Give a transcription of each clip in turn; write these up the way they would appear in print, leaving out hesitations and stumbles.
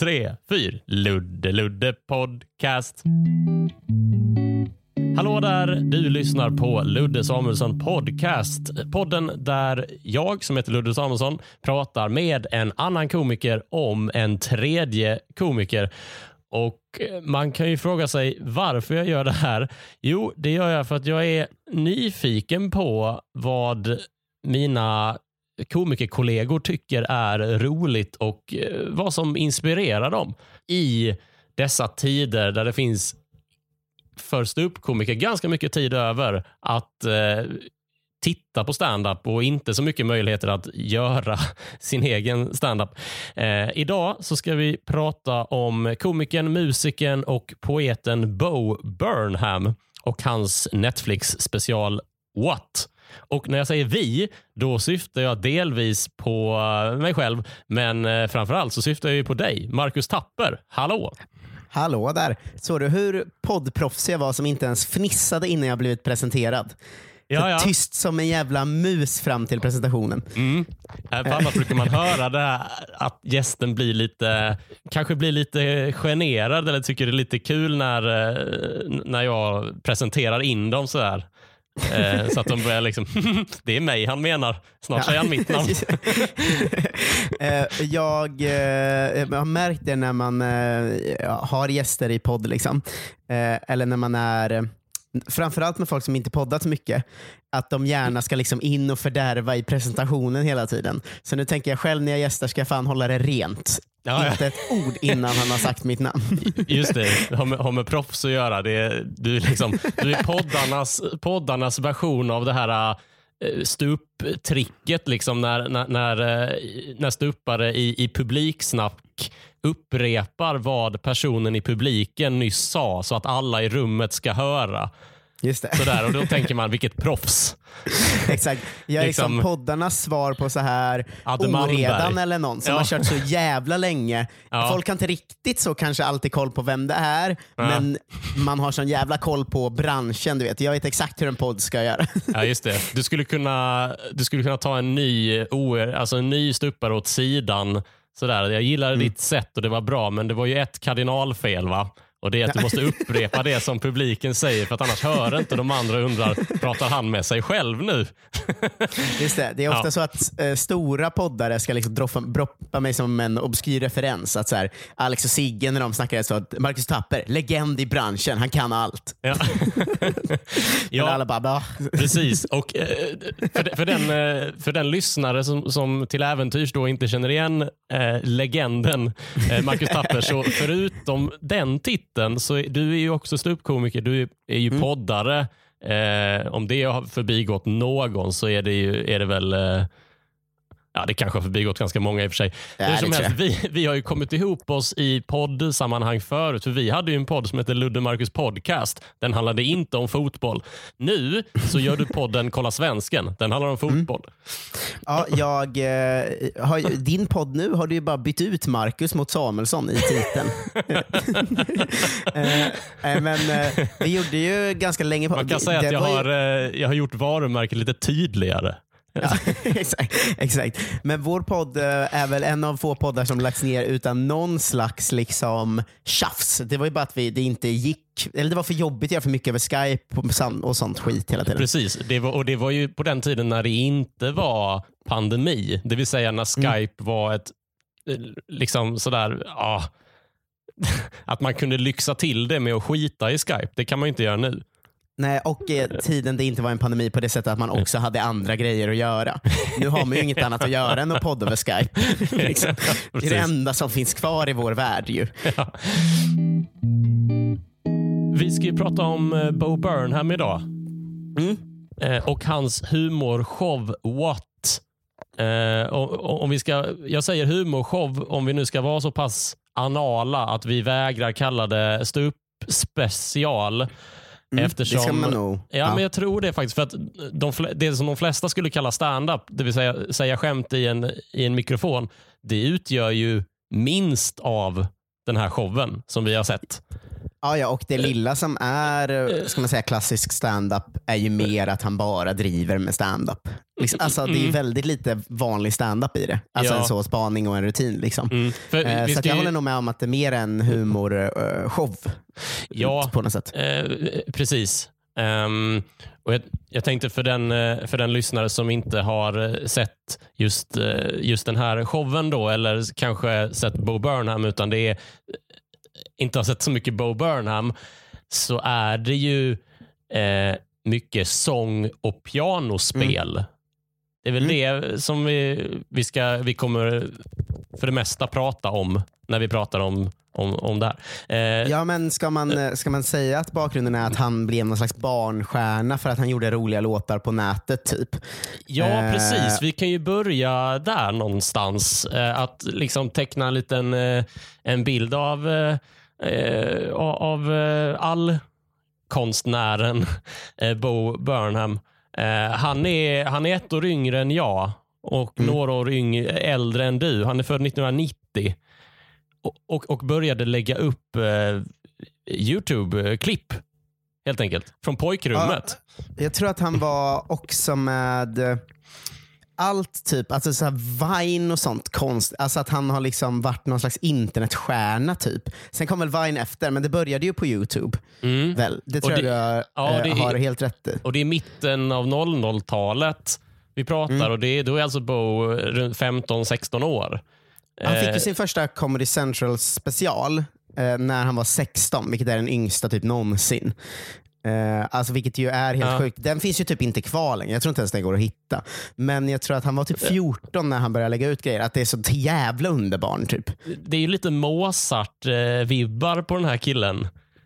3, 4. Ludde podcast. Hallå där, du lyssnar på Ludde Samuelsson podcast. Podden där jag som heter Ludde Samuelsson pratar med en annan komiker om en tredje komiker. Och man kan ju fråga sig varför jag gör det här. Jo, det gör jag för att jag är nyfiken på vad mina komikerkollegor tycker är roligt och vad som inspirerar dem i dessa tider där det finns för ståuppkomiker ganska mycket tid över att titta på stand-up och inte så mycket möjligheter att göra sin egen stand-up. Idag så ska vi prata om komikern, musikern och poeten Bo Burnham och hans Netflix-special What? Och när jag säger vi, då syftar jag delvis på mig själv, men framförallt så syftar jag ju på dig, Marcus Tapper. Hallå! Hallå där. Såg du hur poddproffsig jag var som inte ens fnissade innan jag blivit presenterad? Ja. Tyst som en jävla mus fram till presentationen. Annars brukar man höra det här, att gästen kanske blir lite generad eller tycker det är lite kul när jag presenterar in dem så här. Så att de börjar liksom det är mig han menar. Snart säger han mitt namn. Jag har märkt det när man har gäster i podd liksom. Eller när man är framförallt med folk som inte poddat så mycket, att de gärna ska liksom in och fördärva i presentationen hela tiden. Så nu tänker jag själv när jag gästar ska jag fan hålla det rent. Inte ett ord innan han har sagt mitt namn. Just det, har med proffs att göra. Du är poddarnas version av det här ståupptricket liksom, när ståuppare i publiksnack upprepar vad personen i publiken nyss sa så att alla i rummet ska höra. Just det. Sådär, och då tänker man, vilket proffs. Exakt. Jag är liksom poddarnas svar på så här oredan eller någon som har kört så jävla länge. Folk har inte riktigt så kanske alltid koll på vem det är, men man har sån jävla koll på branschen, du vet. Jag vet exakt hur en podd ska göra. Ja, just det. Du skulle kunna ta en ny stuppare åt sidan. Sådär. Jag gillar ditt sätt och det var bra, men det var ju ett kardinalfel, va? Och det är att du måste upprepa det som publiken säger, för att annars hör inte de andra och undrar, pratar han med sig själv nu? Just det, det är ofta så att stora poddare ska liksom droppa mig som en obskyr referens. Att så här, Alex och Sigge när de snackar så att Marcus Tapper, legend i branschen, han kan allt. Ja, ja, alla bara, precis. Och för den lyssnare som till äventyrs då inte känner igen legenden Marcus Tapper, så förutom den titeln så du är ju också ståuppkomiker, du är ju poddare. Om det har förbigått någon så är det väl det kanske har förbigått ganska många i och för sig. Vi har ju kommit ihop oss i poddsammanhang förut, för vi hade ju en podd som heter Ludde Marcus podcast. Den handlade inte om fotboll. Nu så gör du podden Kolla Svensken. Den handlar om fotboll. Ja, din podd nu har du ju bara bytt ut Marcus mot Samuelsson i titeln. Men vi gjorde ju ganska länge på. Man kan säga att jag har gjort varumärket lite tydligare. Ja, exakt. Men vår podd är väl en av få poddar som lagts ner utan någon slags liksom tjafs. Det var ju bara att det inte gick, eller det var för jobbigt att göra för mycket över Skype och sånt skit hela tiden. Precis, det var ju på den tiden när det inte var pandemi. Det vill säga när Skype var ett liksom sådär, att man kunde lyxa till det med att skita i Skype. Det kan man ju inte göra nu. Nej, och tiden det inte var en pandemi på det sättet att man också hade andra grejer att göra. Nu har man ju inget annat att göra än att podda över Skype. Liksom. Det är det enda som finns kvar i vår värld ju. Ja. Vi ska ju prata om Bo Burnham idag. Och hans humorshow What? Jag säger humorshow om vi nu ska vara så pass anala att vi vägrar kalla det ståupp special. Eftersom, men jag tror det faktiskt, för att det som de flesta skulle kalla stand-up, det vill säga skämt i en mikrofon, det utgör ju minst av den här showen som vi har sett. Ja, och det lilla som är, ska man säga, klassisk stand-up är ju mer att han bara driver med stand-up. Liksom, alltså, det är väldigt lite vanlig stand-up i det. Alltså en så spaning och en rutin. Liksom. Så att jag håller nog med om att det är mer en humorshow. På något sätt. Precis. Och jag tänkte för den lyssnare som inte har sett just den här showen då, eller kanske sett Bo Burnham, utan det är inte har sett så mycket Bo Burnham, så är det ju mycket sång och pianospel. Det är väl det som vi kommer för det mesta prata om när vi pratar om det här. Ja, men ska man säga att bakgrunden är att han blev någon slags barnstjärna för att han gjorde roliga låtar på nätet typ? Ja, precis. Vi kan ju börja där någonstans. Att liksom teckna en liten en bild av all konstnären Bo Burnham. Han är 1 år yngre än jag och några år äldre än du. Han är född 1990 och började lägga upp YouTube-klipp helt enkelt från pojkrummet. Ja, jag tror att han var också med allt typ, alltså så här Vine och sånt konst, alltså att han har liksom varit någon slags internetstjärna typ. Sen kom väl Vine efter, men det började ju på YouTube. Väl, det tror jag har helt rätt i. Och det är mitten av 00-talet vi pratar och då är alltså Bo runt 15-16 år. Han fick ju sin första Comedy Central special när han var 16, vilket är den yngsta typ någonsin. Alltså vilket ju är helt sjukt. Den finns ju typ inte kvar längre. Jag tror inte ens den går att hitta. Men jag tror att han var typ 14 när han började lägga ut grejer. Att det är så jävla underbarn typ. Det är ju lite Mozart-vibbar på den här killen.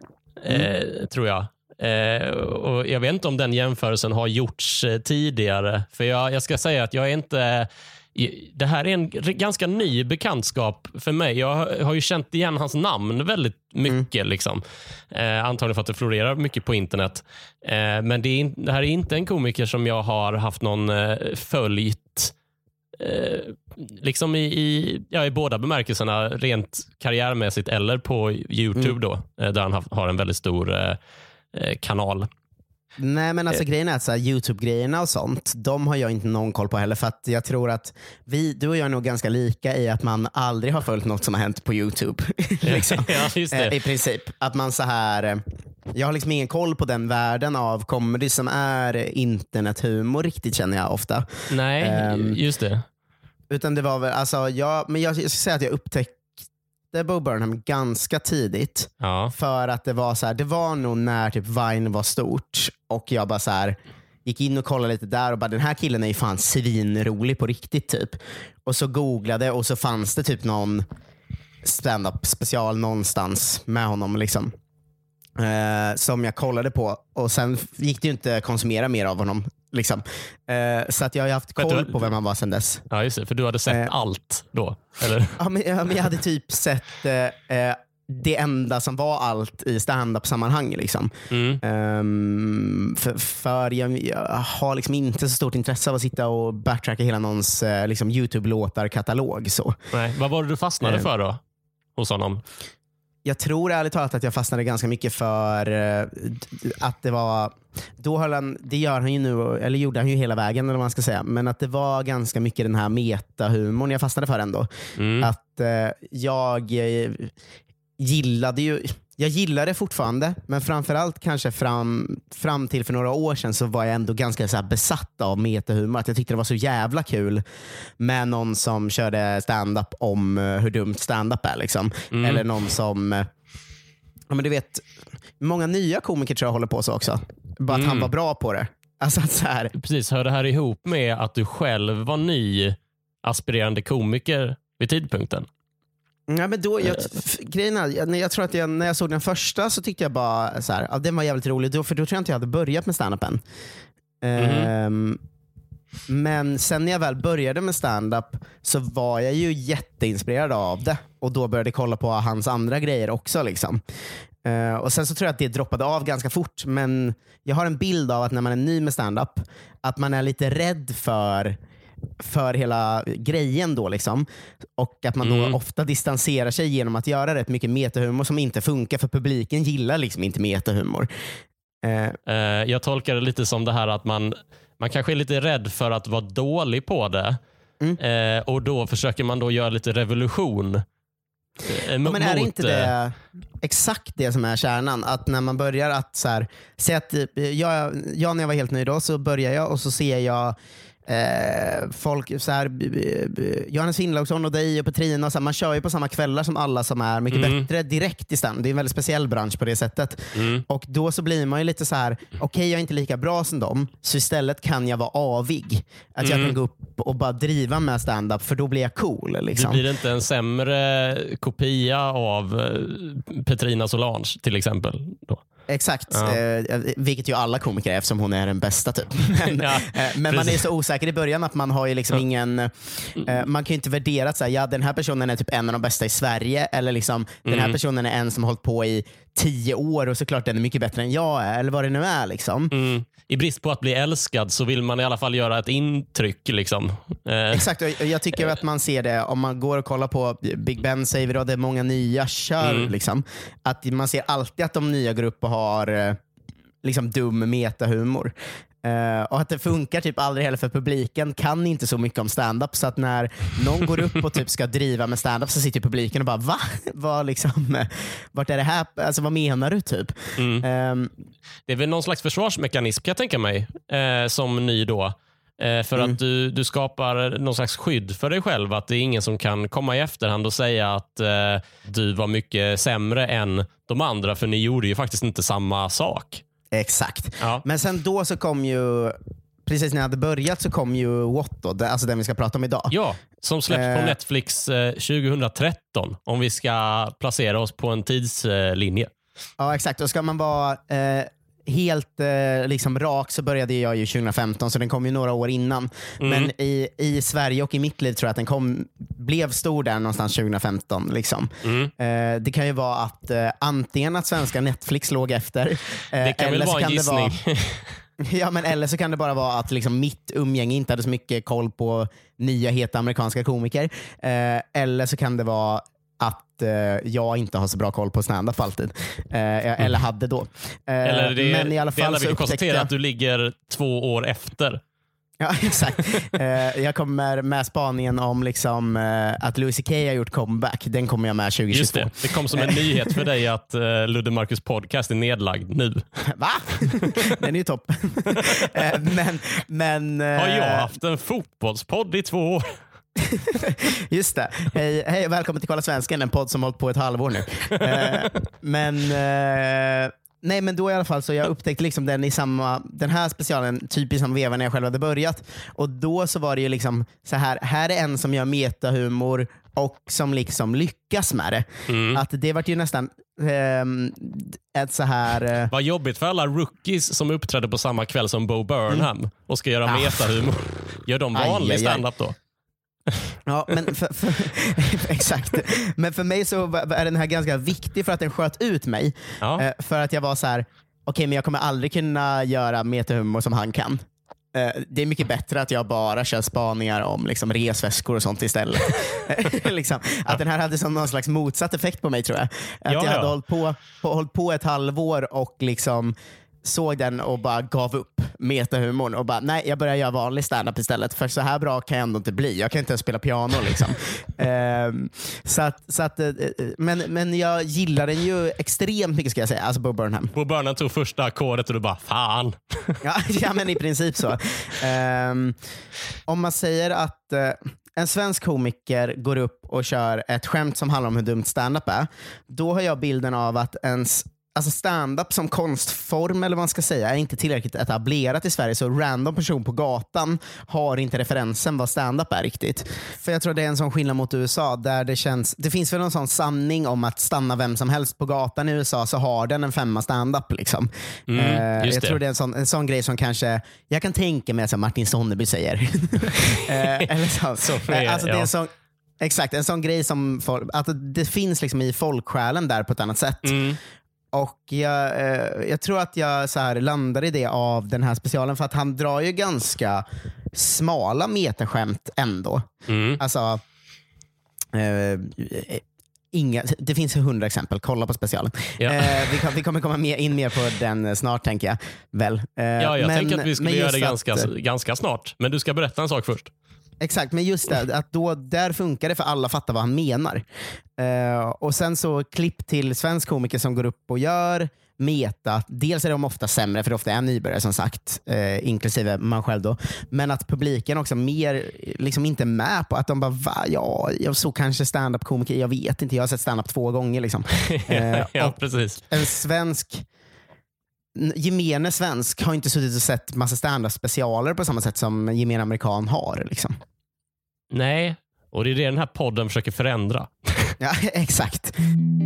Tror jag. Och jag vet inte om den jämförelsen har gjorts tidigare. För jag ska säga att jag är inte... Det här är en ganska ny bekantskap för mig. Jag har ju känt igen hans namn väldigt mycket. Liksom. Antagligen för att det florerar mycket på internet. Men det här är inte en komiker som jag har haft någon följt liksom i båda bemärkelserna, rent karriärmässigt eller på YouTube då, där han har en väldigt stor kanal. Nej, men alltså grejen är att så här, YouTube-grejerna och sånt, de har jag inte någon koll på heller, för att jag tror att du och jag är nog ganska lika i att man aldrig har följt något som har hänt på YouTube. Liksom. Ja, just det. I princip. Att man så här, jag har liksom ingen koll på den världen av comedy som är internethumor riktigt, känner jag ofta. Nej, just det. Utan det var väl, alltså, jag ska säga att jag upptäckte Bo Burnham ganska tidigt, för att det var så här, det var nog när typ Vine var stort och jag bara så här gick in och kollade lite där och bara, den här killen är ju fan svinrolig på riktigt typ. Och så googlade och så fanns det typ någon stand-up special någonstans med honom liksom, som jag kollade på, och sen gick det ju inte att konsumera mer av honom liksom. Så att jag har haft koll på vem han var sedan dess. Ja, just det, för du hade sett allt då, eller? Ja, men jag hade typ sett det enda som var allt i stand-up-sammanhang liksom. För jag har liksom inte så stort intresse av att sitta och backtracka hela någons liksom YouTube-låtar-katalog så. Nej. Vad var det du fastnade för då hos honom? Jag tror ärligt talat att jag fastnade ganska mycket för att det var, då höll han, det gör han ju nu, eller gjorde han ju hela vägen eller vad man ska säga, men att det var ganska mycket den här metahumorn jag fastnade för ändå. Att jag gillade fortfarande, men framförallt kanske fram till för några år sedan så var jag ändå ganska så här besatt av metahumor. Att jag tyckte det var så jävla kul med någon som körde stand-up om hur dumt stand-up är liksom. Eller någon som, ja men du vet, många nya komiker tror jag håller på så också. Bara att han var bra på det. Alltså att så här. Precis, hör det här ihop med att du själv var ny aspirerande komiker vid tidpunkten? Ja, men då, jag tror att när jag såg den första så tyckte jag bara så här, den var jävligt rolig för då tror jag inte jag hade börjat med stand-up än. Men sen när jag väl började med stand-up så var jag ju jätteinspirerad av det, och då började jag kolla på hans andra grejer också liksom. Och sen så tror jag att det droppade av ganska fort, men jag har en bild av att när man är ny med stand-up att man är lite rädd för för hela grejen då liksom. Och att man då ofta distanserar sig genom att göra rätt mycket metahumor som inte funkar, för publiken gillar liksom inte metahumor. Jag tolkar det lite som det här att man kanske är lite rädd för att vara dålig på det. Och då försöker man då göra lite revolution. Men är det inte det exakt det som är kärnan? Att när man börjar att så här, säga att jag när jag var helt ny då, så börjar jag och så ser jag folk så här, Johannes Finnlaugsson och dig och Petrina och så här, man kör ju på samma kvällar som alla som är mycket bättre direkt i stand. Det är en väldigt speciell bransch på det sättet. Och då så blir man ju lite så här: okej, jag är inte lika bra som dem, så istället kan jag vara avig. Att jag kan gå upp och bara driva med stand-up, för då blir jag cool liksom. Det blir inte en sämre kopia av Petrina Solange till exempel då. Exakt, vilket ju alla komiker är, eftersom hon är den bästa typ. Men man är så osäker i början att man har ju liksom ingen, man kan ju inte värdera att säga, ja, den här personen är typ en av de bästa i Sverige, eller liksom den här personen är en som har hållit på i 10 år och såklart den är mycket bättre än jag är, eller vad det nu är liksom. I brist på att bli älskad så vill man i alla fall göra ett intryck liksom. Exakt, och jag tycker att man ser det om man går och kollar på Big Ben, säger vi då, det är många nya kör liksom, att man ser alltid att de nya går upp och har liksom dum metahumor. Och att det funkar typ aldrig heller, för publiken kan inte så mycket om stand-up, så att när någon går upp och typ ska driva med stand-up så sitter publiken och bara, va? Vad liksom, vart är det här? Alltså vad menar du typ? Det är väl någon slags försvarsmekanism kan jag tänka mig, som ny då. För att du skapar någon slags skydd för dig själv, att det är ingen som kan komma i efterhand och säga att du var mycket sämre än de andra, för ni gjorde ju faktiskt inte samma sak. Exakt. Ja. Men sen då så kom ju, precis när jag hade börjat så kom ju What då, alltså den vi ska prata om idag. Ja, som släpps på Netflix 2013, om vi ska placera oss på en tidslinje. Ja, exakt. Och ska man vara helt liksom rak, så började jag ju 2015, så den kom ju några år innan. Men i Sverige och i mitt liv tror jag att den blev stor där någonstans 2015 liksom. Det kan ju vara att antingen att svenska Netflix låg efter, det kan väl vara en gissning. Ja, men eller så kan det bara vara att liksom mitt umgänge inte hade så mycket koll på nya heta amerikanska komiker, eller så kan det vara att jag inte har så bra koll på stand-up alltid. Eller hade då. Eller det, men i alla fall det vi kan konstatera att du ligger 2 år efter. Ja, exakt. Jag kommer med spaningen om liksom, att Louis CK har gjort comeback. Den kommer jag med 2022. Just det. Det kom som en nyhet för dig att Ludde Marcus podcast är nedlagd nu. Va? Den är ju topp. men har jag haft en fotbollspodd i 2 år? Just det. Hej, välkommen till Kolla Svensken, en podd som har hållit på ett halvår nu. Nej, men då i alla fall så jag upptäckte liksom den här specialen typ i samma veva när jag själv hade börjat. Och då så var det ju liksom så här är en som gör metahumor och som liksom lyckas med det. Att det var ju nästan ett så här... Vad jobbigt för alla rookies som uppträdde på samma kväll som Bo Burnham och ska göra metahumor. Gör de vanlig stand-up då? Ja, men exakt. Men för mig så är den här ganska viktig för att den sköt ut mig. Ja. För att jag var så här: okej, men jag kommer aldrig kunna göra metahumor som han kan. Det är mycket bättre att jag bara kör spaningar om liksom resväskor och sånt istället. Liksom, att den här hade som någon slags motsatt effekt på mig, tror jag. Att jag hade hållit på ett halvår och liksom såg den och bara gav upp metahumorn och bara, nej, jag börjar göra vanlig stand-up istället, för så här bra kan jag ändå inte bli. Jag kan inte ens spela piano liksom. Men jag gillar den ju extremt mycket, ska jag säga. Alltså Bo Burnham. Bo Burnham tog första ackordet och du bara, fan. Ja, men i princip så. Om man säger att en svensk komiker går upp och kör ett skämt som handlar om hur dumt stand-up är, då har jag bilden av att alltså stand-up som konstform, eller vad man ska säga, är inte tillräckligt etablerat i Sverige, så random person på gatan har inte referensen vad stand-up är riktigt. För jag tror det är en sån skillnad mot USA, där det finns väl någon sån sanning om att stanna vem som helst på gatan i USA så har den en 5 stand-up liksom. Jag tror det är en sån grej som kanske jag kan tänka mig som Martin Sonneby säger. Eller så. Alltså det är en sån, exakt, en sån grej som att det finns liksom i folksjälen där på ett annat sätt. Och jag tror att jag så här landar i det av den här specialen, för att han drar ju ganska smala metaskämt ändå. Alltså det finns 100 exempel. Kolla på specialen. Ja. Vi kommer komma in mer på den snart, tänker jag väl. Jag tänker att vi skulle göra det ganska snart. Men du ska berätta en sak först. Exakt, men just det, att där funkar det för alla fattar vad han menar. Och sen så klipp till svensk komiker som går upp och gör meta. Dels är de ofta sämre, för det ofta är nybörjare som sagt, inklusive man själv då. Men att publiken också mer liksom inte är med på att de bara, jag såg kanske stand-up komiker, jag vet inte, jag har sett stand-up 2 gånger liksom. Ja, precis. En gemene svensk har inte suttit och sett massa stand-up specialer på samma sätt som gemene amerikan har liksom. Nej, och det är det den här podden försöker förändra. Ja, exakt.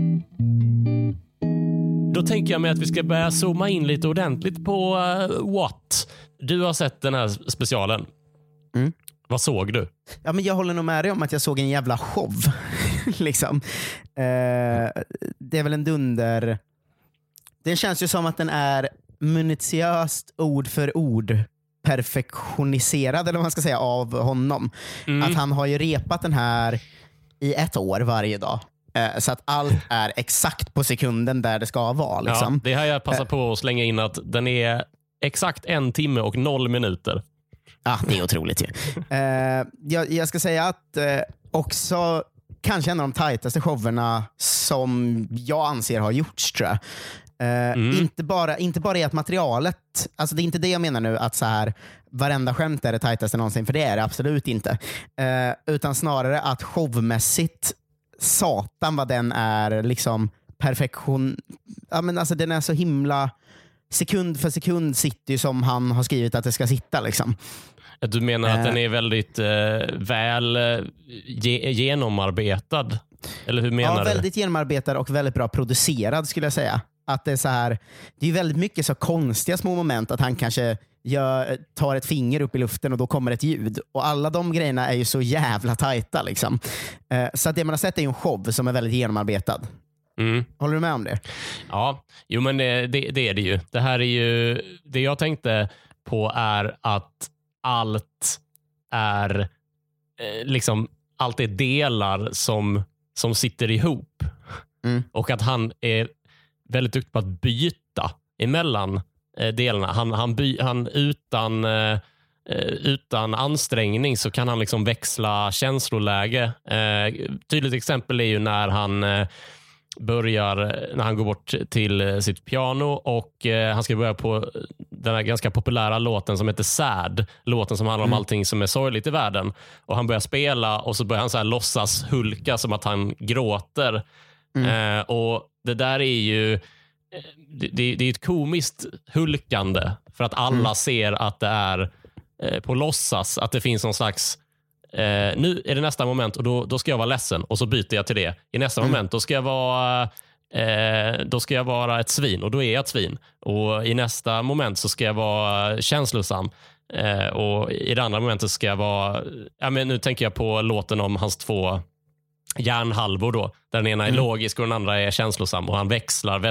Då tänker jag mig att vi ska börja zooma in lite ordentligt på What. Du har sett den här specialen. Vad såg du? Ja, men jag håller nog med dig om att jag såg en jävla show. liksom. Det är väl en dunder. Det känns ju som att den är minutiöst ord för ord perfektioniserad, eller vad man ska säga, av honom. Att han har ju repat den här i 1 år varje dag. Så att allt är exakt på sekunden där det ska vara. Liksom. Ja, det har jag passat på att slänga in att den är exakt 1 timme och 0 minuter. Ja, det är otroligt ju. Jag ska säga att också kanske en av de tajtaste showerna som jag anser har gjorts, tror jag. Inte bara i att materialet, alltså det är inte det jag menar nu, att så här varenda skämt är det tajtaste någonsin, för det är det absolut inte. Utan snarare att showmässigt, satan vad den är liksom perfektion. Ja, men alltså den är så himla, sekund för sekund sitter ju som han har skrivit att det ska sitta liksom. Du menar att den är väldigt väl genomarbetad? Eller hur menar du? Ja, väldigt genomarbetad och väldigt bra producerad, skulle jag säga. Att det är så här, det är väldigt mycket så konstiga små moment, att han kanske tar ett finger upp i luften och då kommer ett ljud. Och alla de grejerna är ju så jävla tajta liksom. Så att det man har sett är ju en show som är väldigt genomarbetad. Håller du med om det? Ja, jo men det är det ju. Det här är ju, det jag tänkte på är att allt är liksom, allt är delar som sitter ihop. Och att han är väldigt duktig på att byta emellan delarna. Han utan ansträngning så kan han liksom växla känsloläge. Tydligt exempel är ju när han går bort till sitt piano och han ska börja på den här ganska populära låten som heter Sad, låten som handlar om allting som är sorgligt i världen, och han börjar spela och så börjar han så här låtsas hulka som att han gråter. Och det där är ju det är ett komiskt hulkande, för att alla ser att det är på låtsas, att det finns någon slags nu är det nästa moment och då ska jag vara ledsen och så byter jag till det. I nästa moment då ska jag vara ett svin och då är jag ett svin. Och i nästa moment så ska jag vara känslosam. Och i det andra momentet ska jag vara, nu tänker jag på låten om hans 2 hjärnhalvor då, där den ena är logisk och den andra är känslosam, och han växlar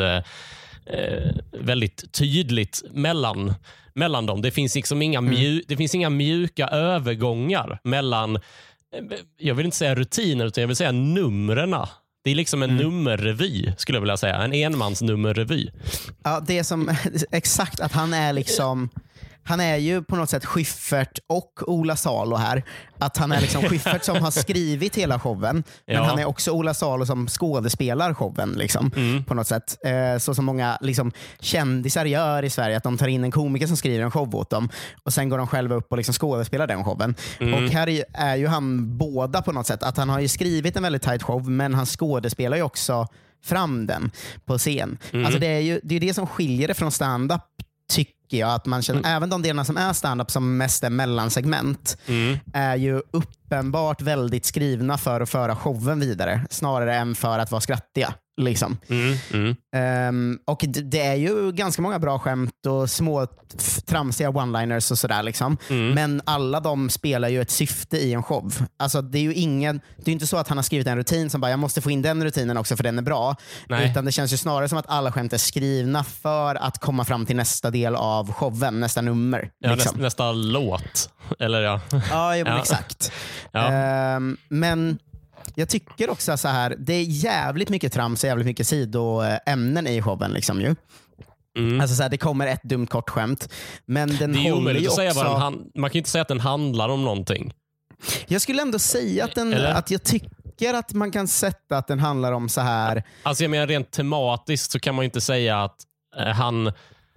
väldigt tydligt mellan dem. Det finns liksom det finns inga mjuka övergångar mellan, jag vill inte säga rutiner, utan jag vill säga numrerna. Det är liksom en nummerrevy, skulle jag vilja säga. En enmansnummerrevy. Ja, det är som exakt att han är liksom, han är ju på något sätt Schyffert och Ola Salo här. Att han är liksom Schyffert som har skrivit hela showen, men han är också Ola Salo som skådespelar showen liksom, på något sätt. Så som många liksom kändisar gör i Sverige, att de tar in en komiker som skriver en show åt dem och sen går de själva upp och liksom skådespelar den showen. Och här är ju han båda på något sätt. Att han har ju skrivit en väldigt tight show, men han skådespelar ju också fram den på scen. Alltså det är det som skiljer det från stand-up, tycker jag, att man känner, även de delarna som är stand-up som mest är mellansegment är ju uppenbart väldigt skrivna för att föra showen vidare, snarare än för att vara skrattiga liksom. Och det är ju ganska många bra skämt och små tramsiga one-liners och sådär liksom. Men alla de spelar ju ett syfte i en show. Alltså det är ju inte så att han har skrivit en rutin som bara, jag måste få in den rutinen också för den är bra. Nej. Utan det känns ju snarare som att alla skämt är skrivna för att komma fram till nästa del av showen, nästa nummer. Ja, liksom. nästa låt. Eller ja. Ja, exakt. Men jag tycker också så här, det är jävligt mycket trams och jävligt mycket sidoämnen i showen liksom ju. Alltså så här, det kommer ett dumt kort skämt, men den det är håller ju också... Man kan ju inte säga att den handlar om någonting. Jag skulle ändå säga att jag tycker att man kan sätta att den handlar om så här. Alltså jag menar rent tematiskt så kan man ju inte säga att han...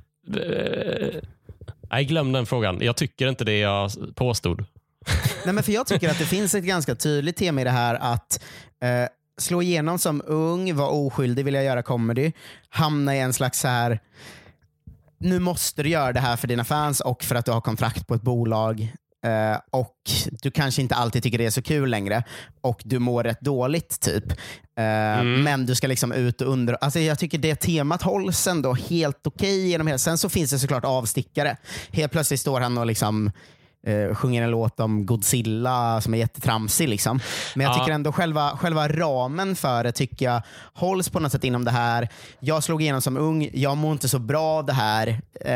Jag glömde den frågan. Jag tycker inte det jag påstod. Nej, men för jag tycker att det finns ett ganska tydligt tema i det här att slå igenom som ung, vara oskyldig, vilja göra comedy, hamna i en slags så här, nu måste du göra det här för dina fans och för att du har kontrakt på ett bolag och du kanske inte alltid tycker det är så kul längre och du mår rätt dåligt typ. Men du ska liksom ut och under. Alltså jag tycker det temat hålls ändå helt okej genom hela. Sen så finns det såklart avstickare. Helt plötsligt står han och liksom sjunger en låt om Godzilla som är jättetramsig liksom. Men jag tycker ändå själva ramen för det tycker jag hålls på något sätt inom det här. Jag slog igenom som ung, jag mår inte så bra av det här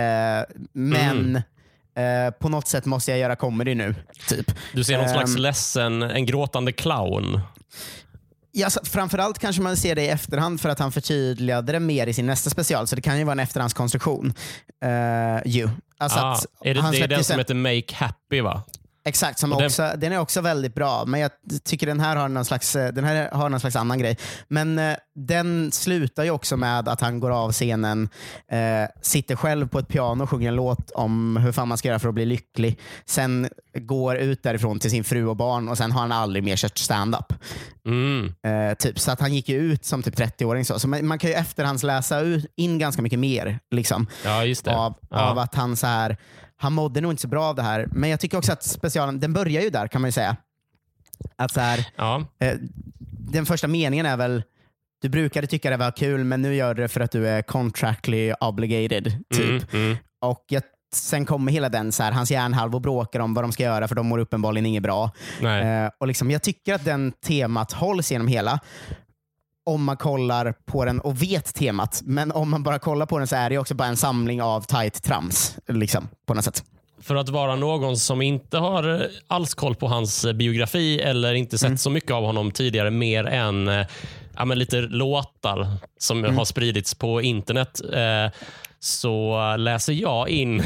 men på något sätt måste jag göra comedy nu typ. Du ser någon slags ledsen, en gråtande clown. Ja, framförallt kanske man ser det i efterhand för att han förtydligade det mer i sin nästa special, så det kan ju vara en efterhandskonstruktion. Alltså är det den som heter Make Happy, va? Exakt, den är också väldigt bra, men jag tycker den här har någon slags annan grej. Men den slutar ju också med att han går av scenen, sitter själv på ett piano och sjunger en låt om hur fan man ska göra för att bli lycklig. Sen går ut därifrån till sin fru och barn och sen har han aldrig mer kört stand-up. Typ, så att han gick ju ut som typ 30-åring. Så man kan ju efterhandsläsa in ganska mycket mer liksom, just det. Av att han så här. Han mådde nog inte så bra av det här. Men jag tycker också att specialen, den börjar ju där kan man ju säga. Att så här, den första meningen är väl, du brukade tycka det var kul men nu gör du det för att du är contractually obligated typ. Och sen kommer hela den så här, hans hjärnhalvor bråkar om vad de ska göra för de mår uppenbarligen inget bra. Och liksom, jag tycker att den temat hålls genom hela. Om man kollar på den och vet temat. Men om man bara kollar på den så är det också bara en samling av tight trams liksom, på något sätt. För att vara någon som inte har alls koll på hans biografi eller inte sett så mycket av honom tidigare mer än lite låtar som har spridits på internet, så läser jag in.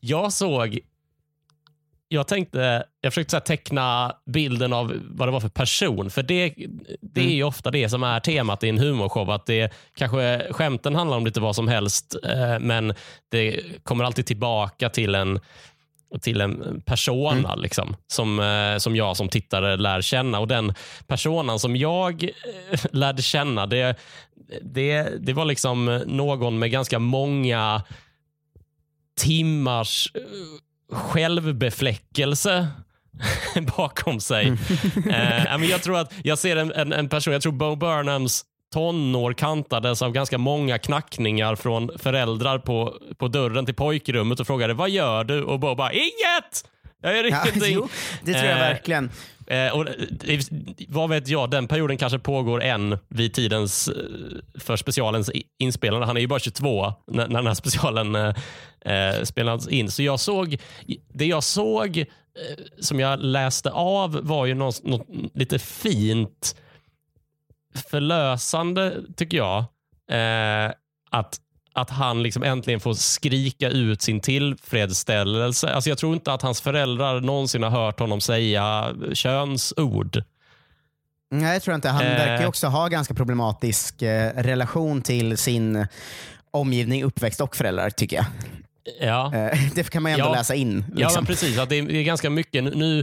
Jag försökte så här teckna bilden av vad det var för person. För det är ju ofta det som är temat i en humorshow. Att det kanske skämten handlar om lite vad som helst. Men det kommer alltid tillbaka till en persona liksom, som jag som tittare lär känna. Och den personan som jag lärde känna, det var liksom någon med ganska många timmars självbefläckelse bakom sig. Jag tror att jag ser en person, jag tror Bo Burnhams tonår kantades av ganska många knackningar från föräldrar på dörren till pojkrummet och frågade, vad gör du? Och Bo bara, inget! Jag gör ingenting. Jo, det tror jag verkligen. Och vad vet jag, den perioden kanske pågår än vid tidens för specialens inspelande. Han är ju bara 22 när den här specialen spelades in. Så det jag såg som jag läste av var ju något lite fint förlösande, tycker jag. Att han liksom äntligen får skrika ut sin tillfredsställelse. Alltså jag tror inte att hans föräldrar någonsin har hört honom säga könsord. Nej, jag tror inte. Han verkar ju också ha ganska problematisk relation till sin omgivning, uppväxt och föräldrar, tycker jag. Ja. Det kan man ju ändå läsa in. Liksom. Ja, men precis. Att det är ganska mycket. Nu,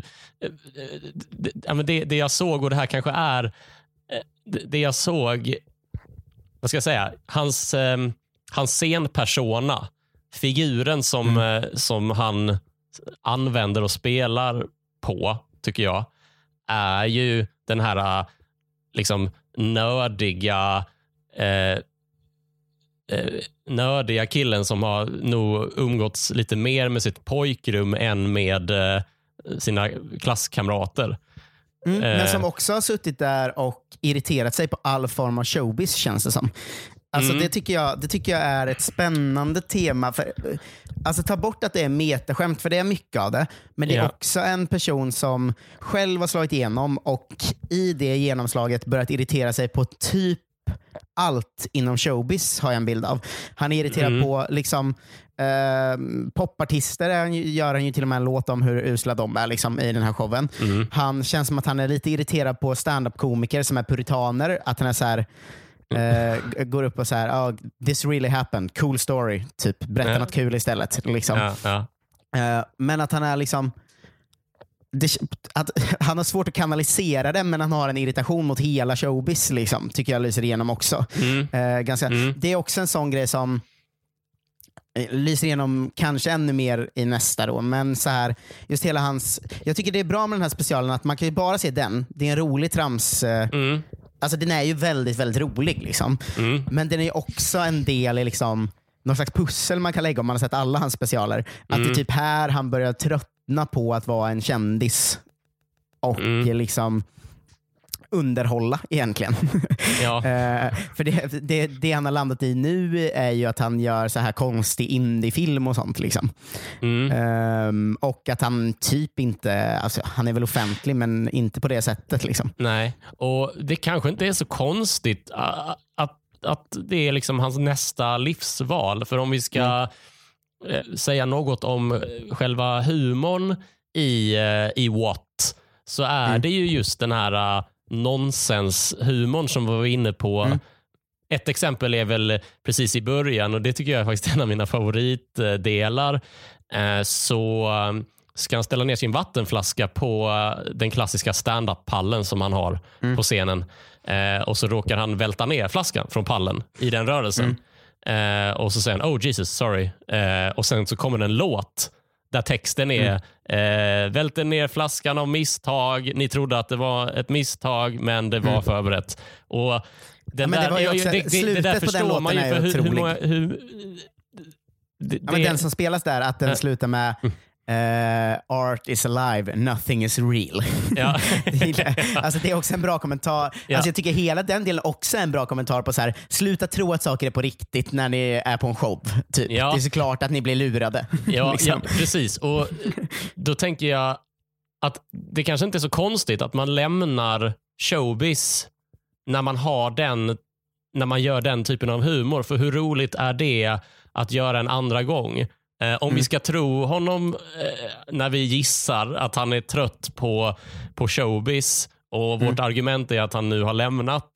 det jag såg, och det här kanske är det jag såg, vad ska jag säga, hans scenpersona, figuren som han använder och spelar på, tycker jag, är ju den här liksom nördiga nördiga killen som har nog umgåtts lite mer med sitt pojkrum än med sina klasskamrater. Men som också har suttit där och irriterat sig på all form av showbiz, känns det som. Alltså det tycker jag är ett spännande tema. Alltså ta bort att det är metaskämt, för det är mycket av det. Men det är också en person som själv har slagit igenom och i det genomslaget börjat irritera sig på typ allt inom showbiz, har jag en bild av. Han är irriterad på liksom popartister, gör han ju till och med en låt om hur usla de är liksom, i den här showen. Han känns som att han är lite irriterad på stand-up-komiker som är puritaner, att han är så här går upp och så här, this really happened, cool story, typ berätta något kul istället liksom. Men att han är liksom att han har svårt att kanalisera det, men han har en irritation mot hela showbiz liksom, tycker jag lyser igenom också. Det är också en sån grej som lyser igenom kanske ännu mer i nästa då, men så här, just hela hans, jag tycker det är bra med den här specialen att man kan ju bara se den, det är en rolig trams. Alltså den är ju väldigt, väldigt rolig liksom. Men den är ju också en del i liksom någon slags pussel man kan lägga om man har sett alla hans specialer. Att det är typ här han börjar tröttna på att vara en kändis och liksom underhålla egentligen. För det han har landat i nu är ju att han gör så här konstig indiefilm och sånt liksom. Och att han typ inte, alltså han är väl offentlig men inte på det sättet liksom. Nej, och det kanske inte är så konstigt att det är liksom hans nästa livsval, för om vi ska säga något om själva humorn i What, så är det ju just den här nonsenshumorn som vi var inne på. Ett exempel är väl precis i början, och det tycker jag är faktiskt en av mina favoritdelar. Så ska han ställa ner sin vattenflaska på den klassiska stand-up-pallen som han har på scenen. Och så råkar han välta ner flaskan från pallen i den rörelsen. Och så säger han, oh Jesus, sorry. Och sen så kommer en låt där texten är välter ner flaskan av misstag. Ni trodde att det var ett misstag, men det var förberett. Och den men där, det var ju också, det där förstår man ju för men den som spelas där, att den slutar med art is alive, nothing is real. Alltså det är också en bra kommentar. Alltså jag tycker hela den delen också är en bra kommentar på så här, sluta tro att saker är på riktigt när ni är på en show typ. Det är såklart att ni blir lurade. Liksom. Precis, och då tänker jag att det kanske inte är så konstigt att man lämnar showbiz när man gör den typen av humor, för hur roligt är det att göra en andra gång? Om vi ska tro honom när vi gissar att han är trött på showbiz, och vårt argument är att han nu har lämnat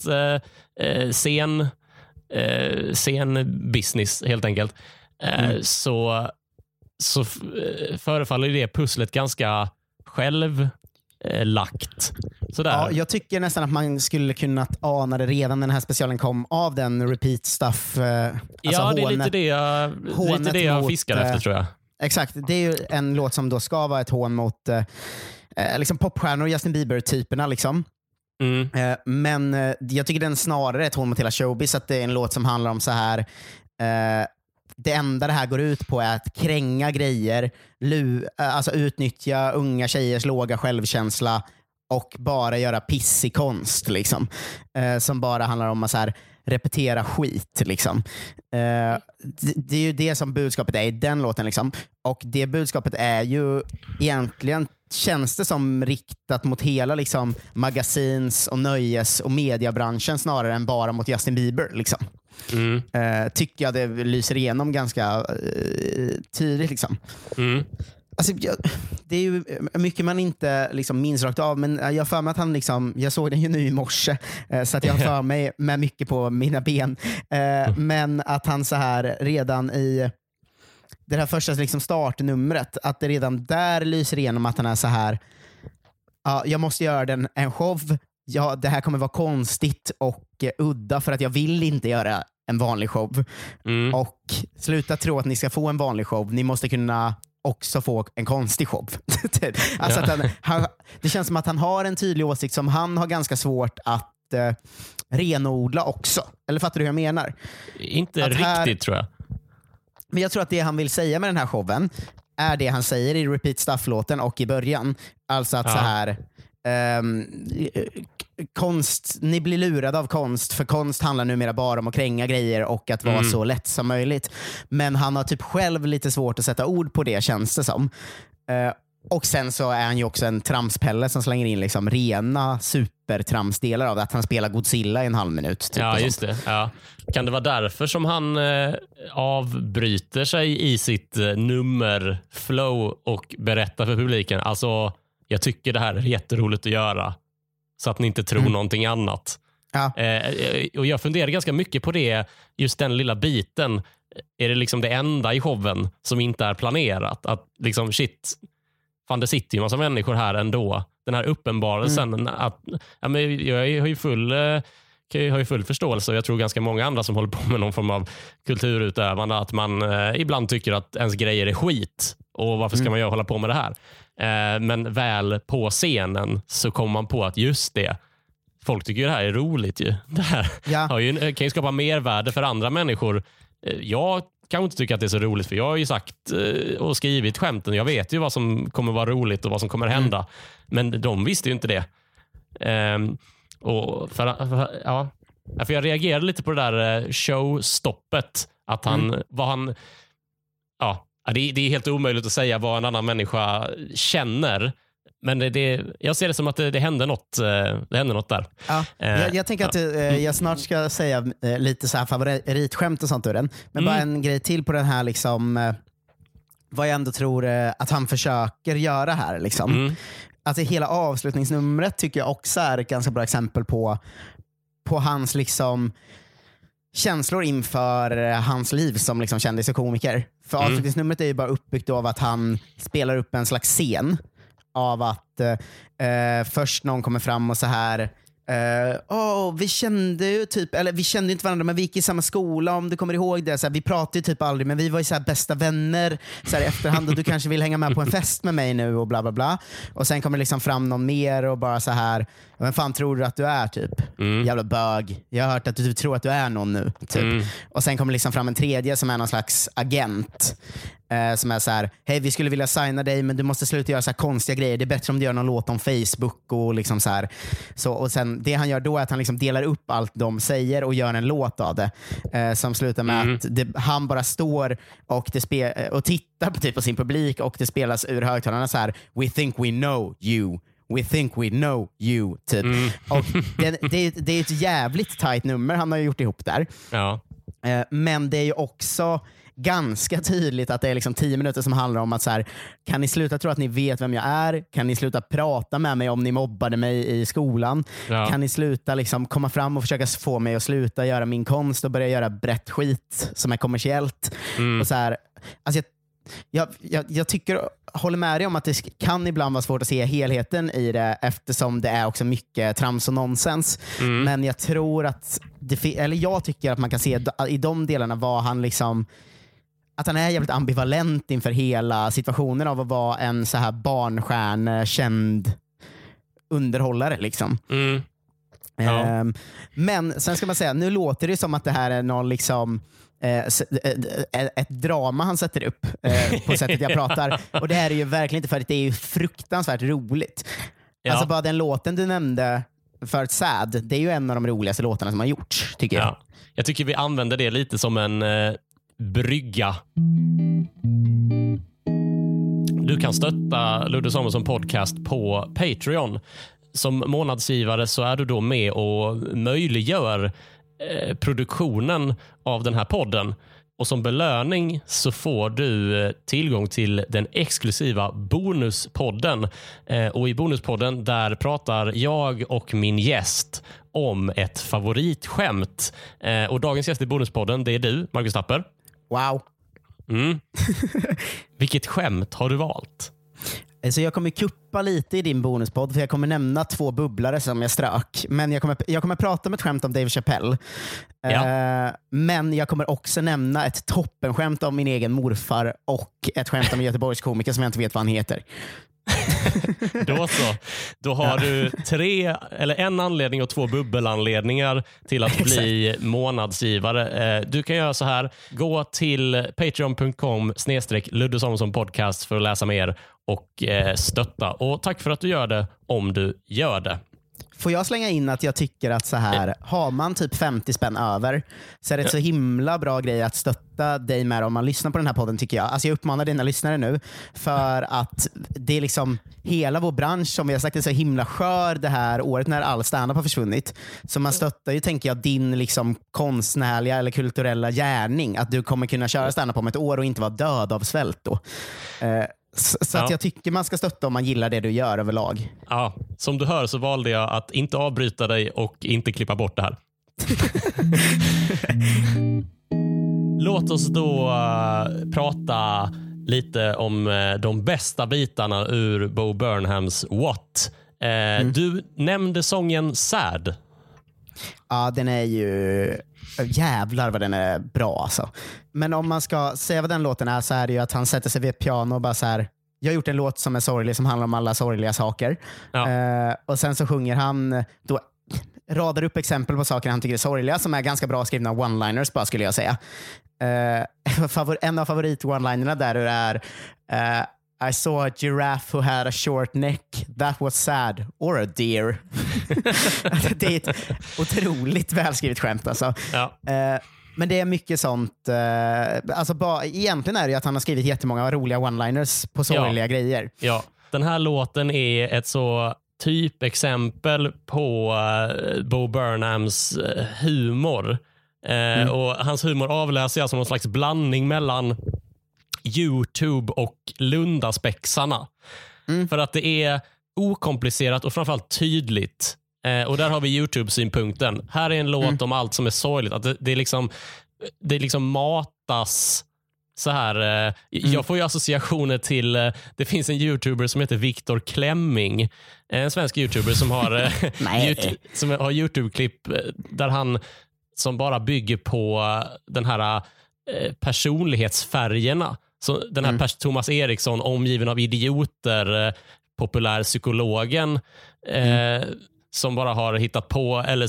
scen business helt enkelt, så förefaller det pusslet ganska självlagt. Sådär. Ja, jag tycker nästan att man skulle kunna ana det redan när den här specialen kom, av den repeat stuff. Alltså det är lite det jag fiskar efter, tror jag. Exakt, det är ju en låt som då ska vara ett hån mot liksom popstjärnor och Justin Bieber-typerna liksom. Men jag tycker den snarare är ett hån mot hela showbiz, att det är en låt som handlar om så här. Det enda det här går ut på är att kränga grejer, alltså utnyttja unga tjejers låga självkänsla och bara göra pissig konst liksom. Som bara handlar om att så här, repetera skit liksom. Det är ju det som budskapet är i den låten liksom. Och det budskapet är ju egentligen, känns det som, riktat mot hela liksom magasins och nöjes och mediebranschen snarare än bara mot Justin Bieber liksom. Tycker jag det lyser igenom ganska tydligt liksom. Alltså, det är ju mycket man inte liksom minns rakt av, men jag för mig att han liksom, jag såg den ju nu i morse, så att jag för mig med mycket på mina ben, men att han så här redan i det här första liksom startnumret, att det redan där lyser igenom att han är så här, jag måste göra en show, det här kommer vara konstigt och udda för att jag vill inte göra en vanlig show, och sluta tro att ni ska få en vanlig show, ni måste kunna också få en konstig show. Alltså att det känns som att han har en tydlig åsikt som han har ganska svårt att renodla också. Eller fattar du hur jag menar? Inte att riktigt tror jag. Men jag tror att det han vill säga med den här showen är det han säger i Repeat Stuff-låten och i början. Alltså att så här... konst, ni blir lurade av konst, för konst handlar numera bara om att kränga grejer och att vara så lätt som möjligt. Men han har typ själv lite svårt att sätta ord på det, känns det som. Och sen så är han ju också en tramspelle som slänger in liksom rena supertramsdelar av det. Att han spelar Godzilla i en halv minut. Typ, ja, just det. Ja. Kan det vara därför som han avbryter sig i sitt nummerflow och berättar för publiken? Alltså, jag tycker det här är jätteroligt att göra. Så att ni inte tror någonting annat. Ja. Och jag funderar ganska mycket på det. Just den lilla biten. Är det liksom det enda i showen som inte är planerat? Att liksom shit... Fan, det sitter ju en massa människor här ändå. Den här uppenbarelsen att jag har ju full förståelse, och jag tror ganska många andra som håller på med någon form av kulturutövande, att man ibland tycker att ens grejer är skit och varför ska man hålla på med det här? Men väl på scenen så kommer man på att just det, folk tycker det här är roligt ju. Det här kan ju skapa mervärde för andra människor. Jag kan inte tycka att det är så roligt, för jag har ju sagt och skrivit skämten. Jag vet ju vad som kommer vara roligt och vad som kommer hända. Men de visste ju inte det. För jag reagerade lite på det där showstoppet. Att det är helt omöjligt att säga vad en annan människa känner. Men jag ser det som att det hände något där. Ja, jag tänker att jag snart ska säga lite så här favoritskämt och sånt ur den. Men bara en grej till på den här liksom, vad jag ändå tror att han försöker göra här. Liksom. Alltså hela avslutningsnumret tycker jag också är ett ganska bra exempel på hans liksom känslor inför hans liv som liksom kändis och komiker. För avslutningsnumret är ju bara uppbyggt av att han spelar upp en slags scen av att först någon kommer fram och så här vi kände ju typ, eller vi kände inte varandra, men vi gick i samma skola, om du kommer ihåg det, så här, vi pratade ju typ aldrig, men vi var ju så här bästa vänner så här i efterhand, och du kanske vill hänga med på en fest med mig nu och bla bla bla. Och sen kommer liksom fram någon mer och bara så här, vem fan tror du att du är typ? Jävla bög. Jag har hört att du tror att du är någon nu typ. Och sen kommer liksom fram en tredje som är någon slags agent. Som är så här, hej, vi skulle vilja signa dig, men du måste sluta göra så här konstiga grejer. Det är bättre om du gör någon låt om Facebook och liksom så här. Så, och sen det han gör då är att han liksom delar upp allt de säger och gör en låt av det. Som slutar med att han bara står och tittar på, typ, på sin publik, och det spelas ur högtalarna så här: we think we know you. We think we know you typ. Och det är ett jävligt tight nummer han har gjort ihop där. Ja. Men det är ju också ganska tydligt att det är liksom 10 minuter som handlar om att så här, kan ni sluta tro att ni vet vem jag är? Kan ni sluta prata med mig om ni mobbade mig i skolan? Ja. Kan ni sluta liksom komma fram och försöka få mig att sluta göra min konst och börja göra brett skit som är kommersiellt? Och så här, alltså jag tycker, håller med dig om att det kan ibland vara svårt att se helheten i det, eftersom det är också mycket trams och nonsens. Men jag tror att jag tycker att man kan se i de delarna var han liksom, att han är jävligt ambivalent inför hela situationen av att vara en så här barnstjärnekänd underhållare liksom. Ja. Men sen ska man säga, nu låter det som att det här är någon liksom ett drama han sätter upp på sättet jag pratar, och det här är ju verkligen inte, för att det är ju fruktansvärt roligt. Alltså bara den låten du nämnde för Sad, det är ju en av de roligaste låtarna som har gjorts, tycker jag. Jag tycker vi använder det lite som en brygga. Du kan stötta Ludde Samuelsson Podcast på Patreon. Som månadsgivare så är du då med och möjliggör produktionen av den här podden. Och som belöning så får du tillgång till den exklusiva bonuspodden. Och i bonuspodden där pratar jag och min gäst om ett favoritskämt. Och dagens gäst i bonuspodden, det är du, Marcus Tapper. Wow. Vilket skämt har du valt? Så jag kommer kuppa lite i din bonuspodd, för jag kommer nämna 2 bubblare som jag strök. Men jag kommer prata om ett skämt om Dave Chappelle. Men jag kommer också nämna ett toppenskämt om min egen morfar och ett skämt om Göteborgs komiker som jag inte vet vad han heter. Då så. Då har du en anledning och 2 bubbelanledningar till att bli månadsgivare. Du kan göra så här. Gå till patreon.com/Ludde Samuelsson podcast för att läsa mer och stötta. Och tack för att du gör det om du gör det. Får jag slänga in att jag tycker att så här, har man typ 50 spänn över så är det ett så himla bra grej att stötta dig med om man lyssnar på den här podden, tycker jag. Alltså jag uppmanar dina lyssnare nu, för att det är liksom hela vår bransch, som vi har sagt, är så himla skör det här året när all stand-up har försvunnit. Så man stöttar ju, tänker jag, din liksom konstnärliga eller kulturella gärning, att du kommer kunna köra stand-up om ett år och inte vara död av svält då. Så att jag tycker man ska stötta om man gillar det du gör överlag. Ja, som du hör så valde jag att inte avbryta dig och inte klippa bort det här. Låt oss då prata lite om de bästa bitarna ur Bo Burnhams What. Du nämnde sången Sad. Ja, den är ju... Jävlar vad den är bra alltså. Men om man ska säga vad den låten är, så är det ju att han sätter sig vid ett piano och bara så här: jag har gjort en låt som är sorglig, som handlar om alla sorgliga saker. Ja. Och sen så sjunger han då, radar upp exempel på saker han tycker är sorgliga, som är ganska bra skrivna one-liners bara, skulle jag säga. En av favorit-one-linerna där är I saw a giraffe who had a short neck. That was sad. Or a deer. Det är ett otroligt välskrivet skämt alltså. Ja. Men det är mycket sånt. Alltså egentligen är det ju att han har skrivit jättemånga roliga one-liners på sorgliga grejer. Ja. Den här låten är ett så typexempel på Bo Burnhams humor. Och hans humor avläser jag som någon slags blandning mellan YouTube och Lundaspexarna. För att det är okomplicerat och framförallt tydligt. Och där har vi YouTube-synpunkten. Här är en låt om allt som är sorgligt. Att det är liksom matas så här. Jag får ju associationer till, det finns en YouTuber som heter Viktor Klemming. En svensk YouTuber som har som har YouTube-klipp där han som bara bygger på den här personlighetsfärgerna. Så den här Thomas Eriksson, omgiven av idioter, populär psykologen som bara har hittat på, eller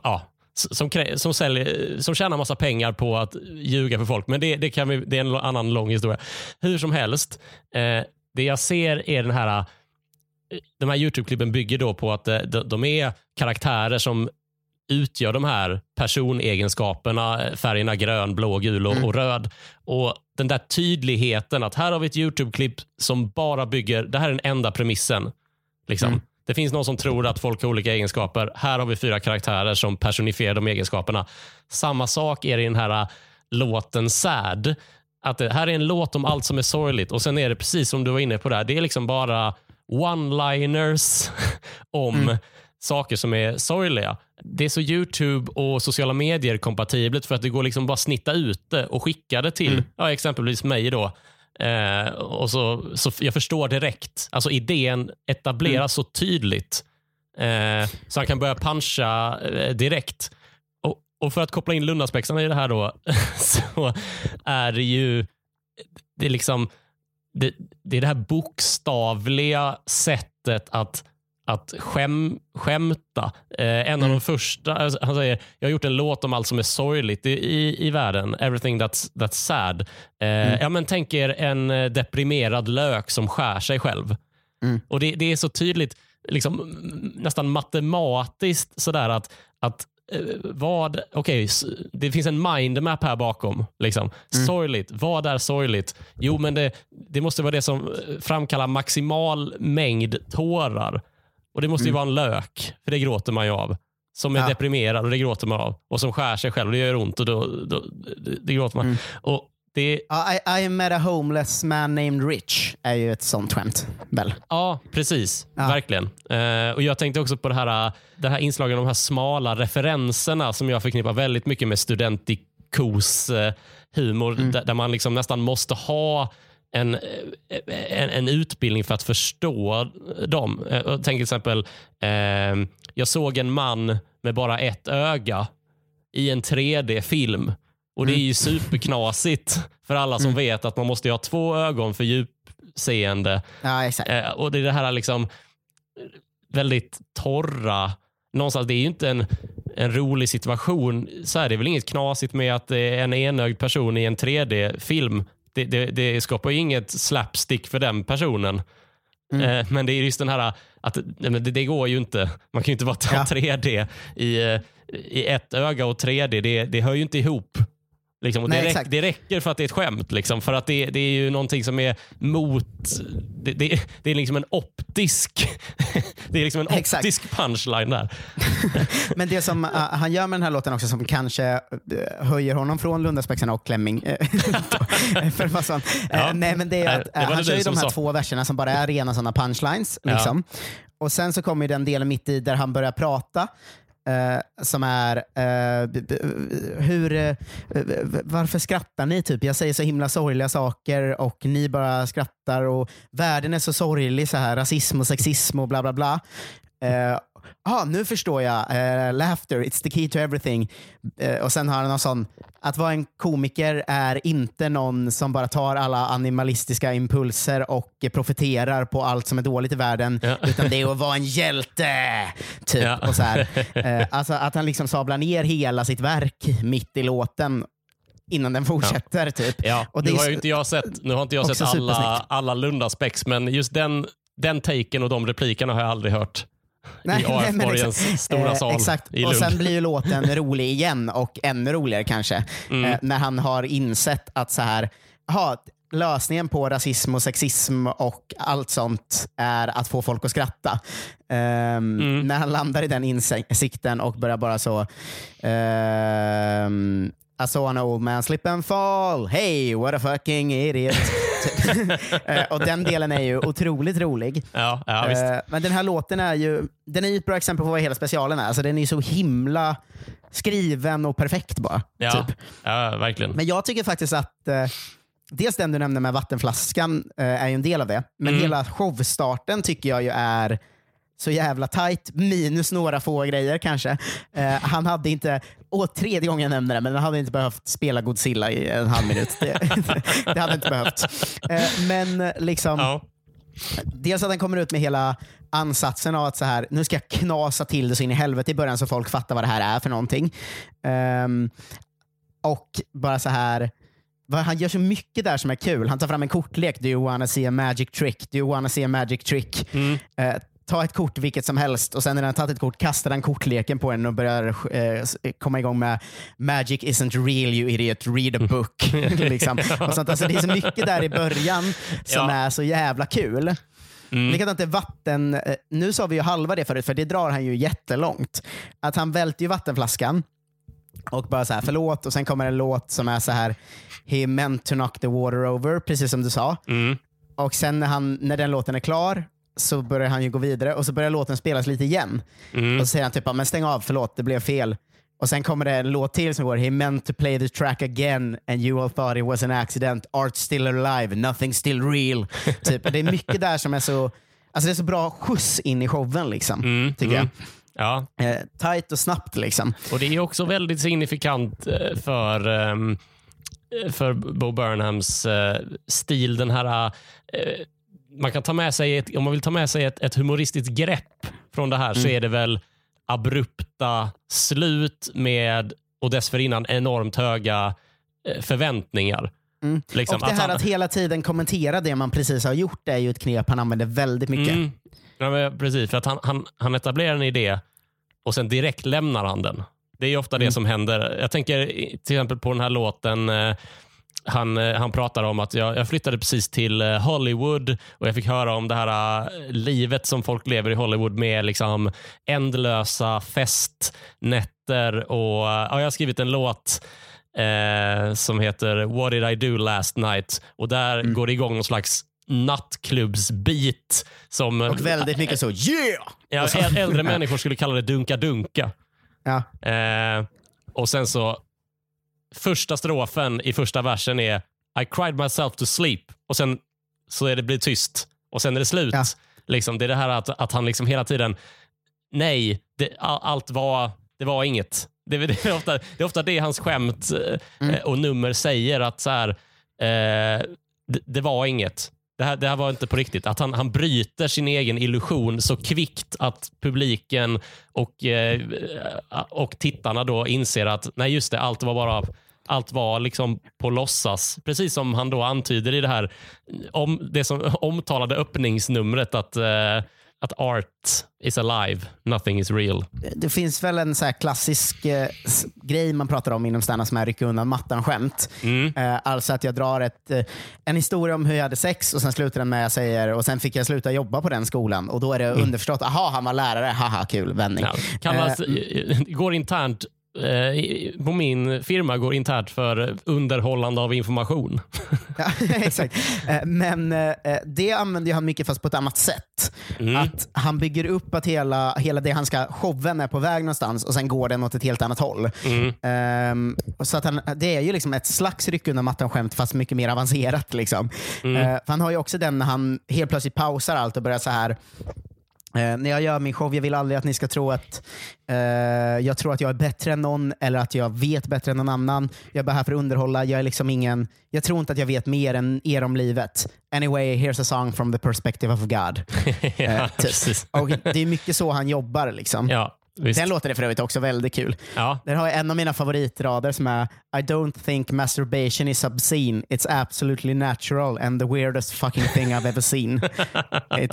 som tjänar massa pengar på att ljuga för folk. Men det är en annan lång historia. Hur som helst, det jag ser är de här YouTube-klippen bygger då på att de är karaktärer som utgör de här personegenskaperna, färgerna grön, blå, gul och röd. Och den där tydligheten att här har vi ett YouTube-klipp som bara bygger, det här är den enda premissen. Liksom. Det finns någon som tror att folk har olika egenskaper. Här har vi 4 karaktärer som personifierar de egenskaperna. Samma sak är i den här låten Sad. Att det här är en låt om allt som är sorgligt. Och sen är det precis som du var inne på där. Det är liksom bara one-liners om saker som är sorgliga. Det är så YouTube och sociala medier kompatibelt, för att det går liksom bara snitta ut det och skicka det till exempelvis mig då. Och så jag förstår direkt. Alltså idén etableras så tydligt. Så han kan börja puncha direkt. Och för att koppla in Lundaspexarna i det här då, så är det ju det är liksom det är det här bokstavliga sättet att skämta. En av de första, han säger, jag har gjort en låt om allt som är sorgligt i världen. Everything that's sad. Ja, men tänk er en deprimerad lök som skär sig själv. Och det är så tydligt, liksom, nästan matematiskt sådär att det finns en mindmap här bakom. Liksom. Sorgligt. Vad är sorgligt? Jo, men det måste vara det som framkallar maximal mängd tårar. Och det måste ju vara en lök, för det gråter man ju av. Som är deprimerad, och det gråter man av. Och som skär sig själv, och det gör ont, och då det gråter man. Och det... I met a homeless man named Rich är ju ett sånt skämt, väl? Ja, precis. Verkligen. Och jag tänkte också på det här inslagen, de här smala referenserna som jag förknippar väldigt mycket med studentikos humor, där man liksom nästan måste ha en utbildning för att förstå dem. Tänk till exempel, jag såg en man med bara ett öga i en 3D-film. Och det är ju superknasigt för alla som vet att man måste ha 2 ögon för utseende. Ja, exakt. Och det är det här liksom väldigt torra. Någonstans, det är ju inte en rolig situation. Så är det väl inget knasigt med att det är en enögd person i en 3D-film. Det skapar ju inget slapstick för den personen. Men det är just den här att det går ju inte. Man kan ju inte bara ta 3D i ett öga och 3D. Det hör ju inte ihop. Liksom. Och nej, det räcker för att det är ett skämt. Liksom, för att det är ju någonting som är mot... Det är liksom en optisk... det är liksom en optisk punchline där. Men det som han gör med den här låten också, som kanske höjer honom från Lundaspexarna och Klemming. för sån. Nej, men det är att han kör ju de här två verserna som bara är rena sådana punchlines. Liksom. Och sen så kommer den delen mitt i där han börjar prata. Som är varför skrattar ni typ? Jag säger så himla sorgliga saker och ni bara skrattar och världen är så sorglig, så här rasism och sexism och bla bla bla. Nu förstår jag. Laughter, it's the key to everything. Och sen har han någon sån, att vara en komiker är inte någon som bara tar alla animalistiska impulser och profiterar på allt som är dåligt i världen, utan det är att vara en hjälte typ. Och så här. Alltså att han liksom sablar ner hela sitt verk mitt i låten innan den fortsätter typ. Och nu har inte jag sett alla Lundaspex, men just den taken och de replikerna har jag aldrig hört. I AF-borgens stora sal exakt. I Lund. Och sen blir ju låten rolig igen och ännu roligare kanske. När han har insett att så här, lösningen på rasism och sexism och allt sånt är att få folk att skratta. När han landar i den insikten och börjar bara så I saw an old man slip and fall. Hey, what a fucking idiot. Och den delen är ju otroligt rolig. Ja, visst. Men den här låten är ju ett bra exempel på vad hela specialen är. Alltså den är så himla skriven och perfekt bara. Typ. Ja, verkligen. Men jag tycker faktiskt att dels den du nämnde med vattenflaskan är ju en del av det. Men hela showstarten tycker jag ju är så jävla tight, minus några få grejer kanske. Han hade inte, tredje gången jag nämner det, men han hade inte behövt spela Godzilla i en halv minut. Det hade inte behövt. Men liksom, dels att den kommer ut med hela ansatsen av att så här, nu ska jag knasa till det så in i helvete i början så folk fattar vad det här är för någonting. Och bara så här, han gör så mycket där som är kul. Han tar fram en kortlek. Do you wanna see a magic trick? Do you wanna see a magic trick? Ta ett kort vilket som helst och sen när han tagit ett kort kastar han kortleken på en och börjar komma igång med Magic isn't real, you idiot, read a book. Liksom. Och sånt. Alltså, det är så mycket där i början som är så jävla kul. Likadant är vatten. Nu sa vi ju halva det förut, för det drar han ju jättelångt. Att han välter ju vattenflaskan och bara så här, förlåt, och sen kommer en låt som är så här, he meant to knock the water over, precis som du sa. Och sen när den låten är klar så börjar han ju gå vidare och så börjar låten spelas lite igen. Och så säger han typ, men stäng av, förlåt, det blev fel. Och sen kommer det en låt till som går, he meant to play the track again and you all thought it was an accident, art still alive, nothing still real. Typ. Det är mycket där som är så, alltså det är så bra skjuts in i showen liksom, tycker jag. Ja. Tight och snabbt liksom. Och det är också väldigt signifikant för Bo Burnhams stil, den här man kan ta med sig om man vill ta med sig ett humoristiskt grepp från det här, så är det väl abrupta slut med, och dessförinnan enormt höga förväntningar. Liksom, och det här att hela tiden kommentera det man precis har gjort är ju ett knep han använder väldigt mycket. Ja, men precis, för att han etablerar en idé och sen direkt lämnar han den. Det är ju ofta det som händer. Jag tänker till exempel på den här låten, han pratar om att jag flyttade precis till Hollywood och jag fick höra om det här livet som folk lever i Hollywood med liksom ändlösa festnätter, och jag har skrivit en låt som heter What did I do last night, och där går det igång någon slags nattklubbsbeat som, och väldigt mycket så äldre människor skulle kalla det dunka-dunka. Och sen så första strofen i första versen är I cried myself to sleep, och sen så blir det tyst och sen är det slut. Liksom, det är det här att han liksom hela tiden, nej, det var inget. Det är ofta det hans skämt och nummer säger, att så här, det var inget. det här var inte på riktigt. Att han bryter sin egen illusion så kvickt att publiken och tittarna då inser att nej just det, allt var liksom på låtsas. Precis som han då antyder i det här det som omtalade öppningsnumret att art is alive, nothing is real. Det finns väl en så här klassisk grej man pratar om inom stand-up som är rycka undan mattan-skämt. Alltså att jag drar en historia om hur jag hade sex och sen slutar den med jag säger och sen fick jag sluta jobba på den skolan och då är det underförstått, aha, han var lärare, haha, kul, vändning. Ja, går internt på min firma går internt för underhållande av information. Ja, exakt. Men det använder han mycket fast på ett annat sätt. Att han bygger upp att hela det han ska showen är på väg någonstans och sen går den åt ett helt annat håll. Så att det är ju liksom ett slags ryck undan mattan-skämt fast mycket mer avancerat. Liksom. För han har ju också den när han helt plötsligt pausar allt och börjar så här. När jag gör min show, jag vill aldrig att ni ska tro att jag tror att jag är bättre än någon eller att jag vet bättre än någon annan. Jag är bara här för att underhålla. Jag är liksom jag tror inte att jag vet mer än er om livet. Anyway, here's a song from the perspective of God. Och det är mycket så han jobbar liksom. Ja. Visst. Den låter det för övrigt också väldigt kul. Ja. Där har jag en av mina favoritrader som är I don't think masturbation is obscene. It's absolutely natural and the weirdest fucking thing I've ever seen. Ett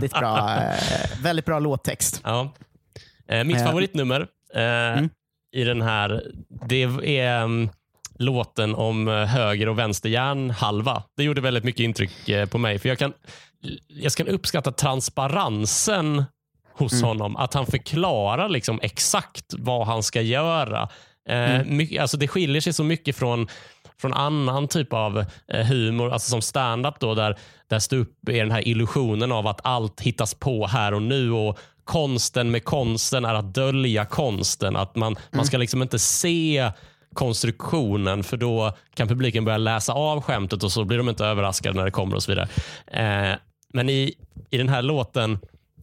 väldigt bra låttext. Ja. Mitt favoritnummer i den här, det är låten om höger och vänster hjärnhalva. Det gjorde väldigt mycket intryck på mig. För jag kan uppskatta transparensen hos honom. Att han förklarar liksom exakt vad han ska göra. Alltså det skiljer sig så mycket från annan typ av humor, alltså som stand-up då, där ståupp är den här illusionen av att allt hittas på här och nu och konsten med konsten är att dölja konsten. Att man ska liksom inte se konstruktionen för då kan publiken börja läsa av skämtet och så blir de inte överraskade när det kommer och så vidare. Men i den här låten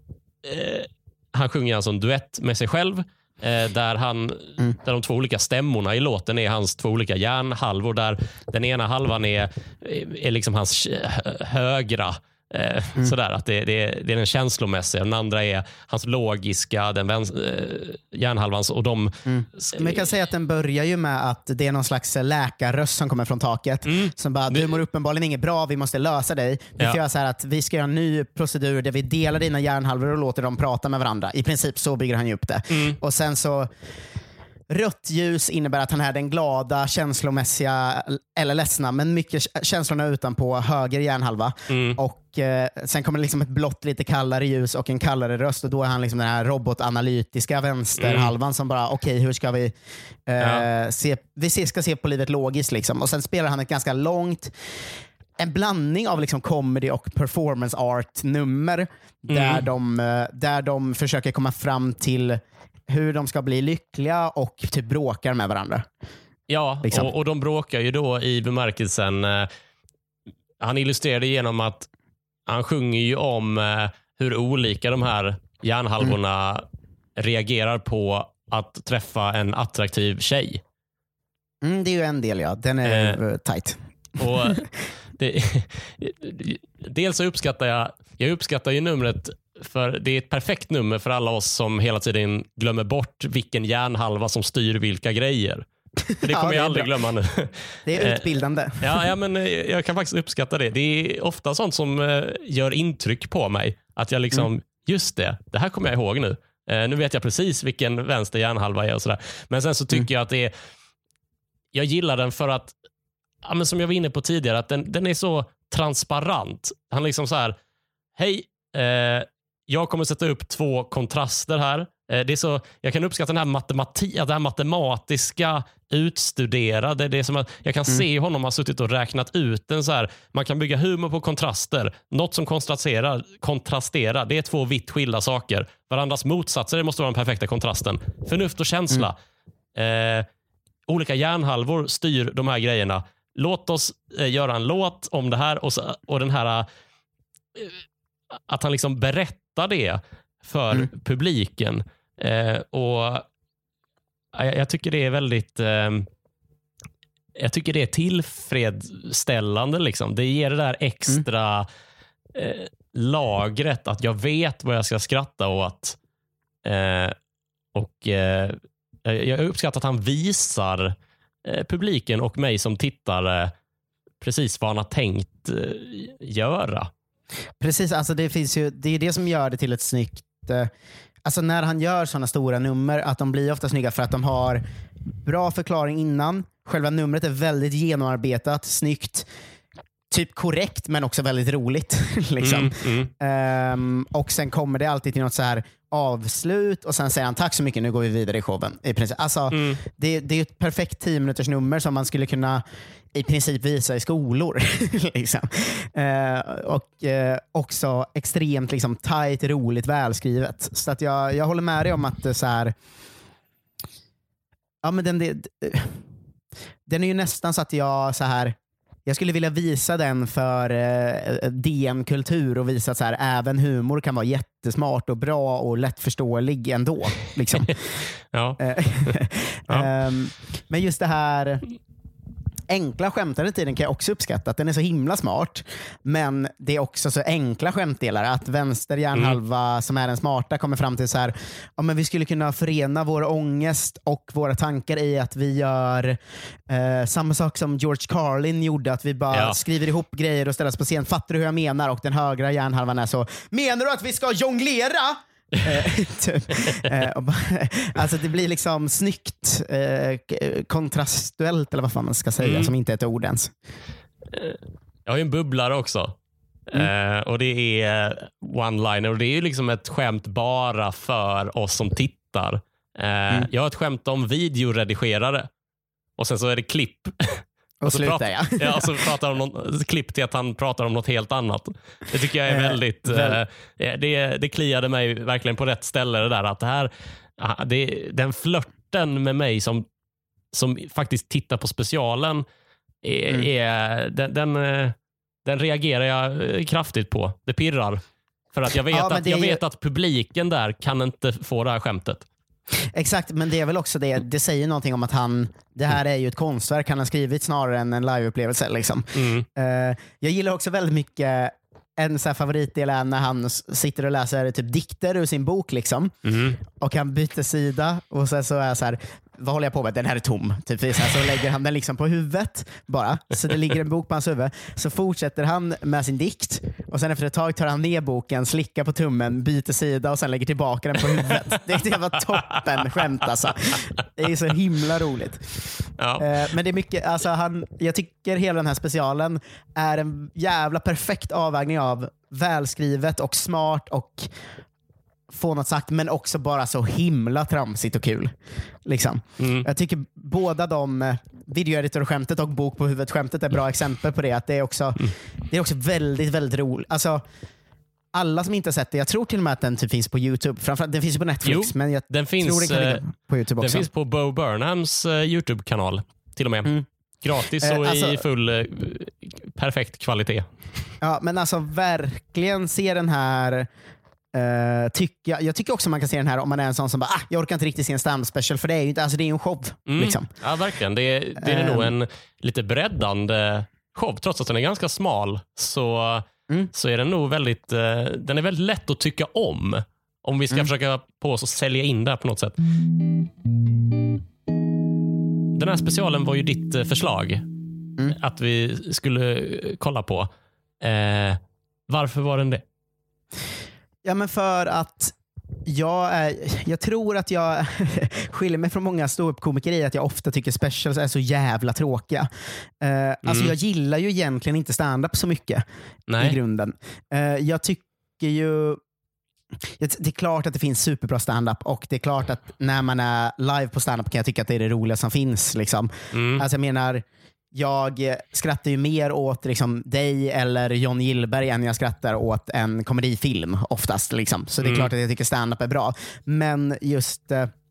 han sjunger alltså en duett med sig själv där de två olika stämmorna i låten är hans två olika hjärnhalvor, där den ena halvan är liksom hans högra sådär, att det är den känslomässiga, den andra är hans logiska, den hjärnhalvans och de... Man kan säga att den börjar ju med att det är någon slags läkarröst som kommer från taket som bara, du mår uppenbarligen inget bra, vi måste lösa dig. Vi ska göra så här att vi ska göra en ny procedur där vi delar dina hjärnhalvor och låter dem prata med varandra. I princip så bygger han ju upp det. Och sen så rött ljus innebär att han är den glada, känslomässiga eller ledsna, men mycket känslorna utanpå höger hjärnhalva. Och sen kommer det liksom ett blått, lite kallare ljus och en kallare röst och då är han liksom den här robotanalytiska vänsterhalvan som bara, okej, hur ska vi ska se på livet logiskt liksom. Och sen spelar han ett ganska långt, en blandning av liksom comedy och performance art nummer där de försöker komma fram till hur de ska bli lyckliga och typ bråkar med varandra. Ja, liksom. och de bråkar ju då i bemärkelsen han illustrerar det genom att han sjunger ju om hur olika de här hjärnhalvorna reagerar på att träffa en attraktiv tjej. Det är ju en del, ja. Den är tight. Och dels så uppskattar jag uppskattar ju numret, för det är ett perfekt nummer för alla oss som hela tiden glömmer bort vilken hjärnhalva som styr vilka grejer. För det kommer jag aldrig glömma nu. Det är utbildande. Ja, men jag kan faktiskt uppskatta det. Det är ofta sånt som gör intryck på mig. Att jag liksom, just det här kommer jag ihåg nu. Nu vet jag precis vilken vänster hjärnhalva är och sådär. Men sen så tycker jag att jag gillar den för att, ja, men som jag var inne på tidigare, att den är så transparent. Han liksom så här, hej, jag kommer sätta upp 2 kontraster här. Det är så, jag kan uppskatta den här matematiska utstuderade. Det är som att jag kan se honom ha suttit och räknat ut den så här. Man kan bygga humor på kontraster. Något som kontrasterar, det är 2 vitt skilda saker. Varandras motsatser, det måste vara den perfekta kontrasten. Förnuft och känsla. Olika hjärnhalvor styr de här grejerna. Låt oss göra en låt om det här och den här att han liksom berättar det för publiken. Och jag tycker det är väldigt jag tycker det är tillfredsställande liksom. Det ger det där extra lagret att jag vet vad jag ska skratta åt. Jag uppskattar att han visar publiken och mig som tittare precis vad han har tänkt göra. Precis, alltså det är det som gör det till ett snyggt... Alltså när han gör sådana stora nummer, att de blir ofta snygga för att de har bra förklaring innan. Själva numret är väldigt genomarbetat, snyggt, typ korrekt, men också väldigt roligt. Liksom. Och sen kommer det alltid till något så här avslut och sen säger han tack så mycket, nu går vi vidare i showen. I princip. Alltså, det är ett perfekt 10 minuters nummer som man skulle kunna i princip visa i skolor. Liksom. Och också extremt liksom, tight, roligt, välskrivet. Så att jag håller med dig om att det så här... Ja, men den är ju nästan så att jag skulle vilja visa den för DN Kultur och visa att så här, även humor kan vara jättesmart och bra och lättförståelig ändå. Liksom. Ja. Men just det här enkla skämtandet i den kan jag också uppskatta. Att den är så himla smart. Men det är också så enkla skämtdelar. Att vänster hjärnhalva som är den smarta kommer fram till så här, ja, men vi skulle kunna förena vår ångest och våra tankar i att vi gör samma sak som George Carlin gjorde. Att vi bara skriver ihop grejer och ställs på scen. Fattar du hur jag menar? Och den högra hjärnhalvan är så, menar du att vi ska jonglera? Alltså det blir liksom snyggt kontrastuellt eller vad fan man ska säga, som inte är ett ord ens. Jag har ju en bubblare också. Och det är one-liner och det är ju liksom ett skämt bara för oss som tittar. Jag har ett skämt om videoredigerare och sen så är det klipp. Och så pratar de klipp till att han pratar om något helt annat. Det tycker jag är väldigt... det kliade mig verkligen på rätt ställe det där. Att det här, den flörten med mig som faktiskt tittar på specialen den reagerar jag kraftigt på. Det pirrar. För att jag vet att publiken där kan inte få det här skämtet. Exakt, men det är väl också det säger någonting om att det här är ju ett konstverk han har skrivit snarare än en liveupplevelse liksom. Jag gillar också väldigt mycket en så här favoritdel är när han sitter och läser typ dikter ur sin bok liksom. Och han byter sida och sen så är jag så här, vad håller jag på med? Den här är tom. Typ, så lägger han den liksom på huvudet bara. Så det ligger en bok på hans huvud. Så fortsätter han med sin dikt. Och sen efter ett tag tar han ner boken, slickar på tummen, byter sida och sen lägger tillbaka den på huvudet. Det var toppen skämt alltså. Det är så himla roligt. Ja. Men det är mycket, alltså jag tycker hela den här specialen är en jävla perfekt avvägning av välskrivet och smart och få något sagt, men också bara så himla tramsigt och kul. Liksom. Jag tycker båda de videoeditor-skämtet och bok på huvudet-skämtet är bra exempel på det. Att det är också väldigt, väldigt roligt. Alltså, alla som inte har sett det, jag tror till och med att den typ finns på YouTube. Framförallt, den finns på Netflix, men jag tror den kan ligga på YouTube också. Den finns på Bo Burnhams YouTube-kanal till och med. Gratis och i full perfekt kvalitet. Ja, men alltså verkligen se den här. Jag tycker också man kan se den här om man är en sån som bara, jag orkar inte riktigt se en stand special, för det är ju inte, alltså det är ju en show liksom. Ja, verkligen. Det är nog en lite breddande show, trots att den är ganska smal så är den nog väldigt den är väldigt lätt att tycka om vi ska försöka på oss och sälja in det på något sätt. Den här specialen var ju ditt förslag att vi skulle kolla på. Varför var den det? Ja, men för att jag tror att jag skiljer mig från många ståuppkomiker i att jag ofta tycker specials är så jävla tråkiga. Alltså jag gillar ju egentligen inte stand-up så mycket i grunden. Jag tycker ju det är klart att det finns superbra stand-up och det är klart att när man är live på stand-up kan jag tycka att det är det roliga som finns. Liksom. Alltså jag menar, jag skrattar ju mer åt liksom dig eller John Gillberg än jag skrattar åt en komedifilm oftast. Liksom. Så det är klart att jag tycker stand-up är bra. Men just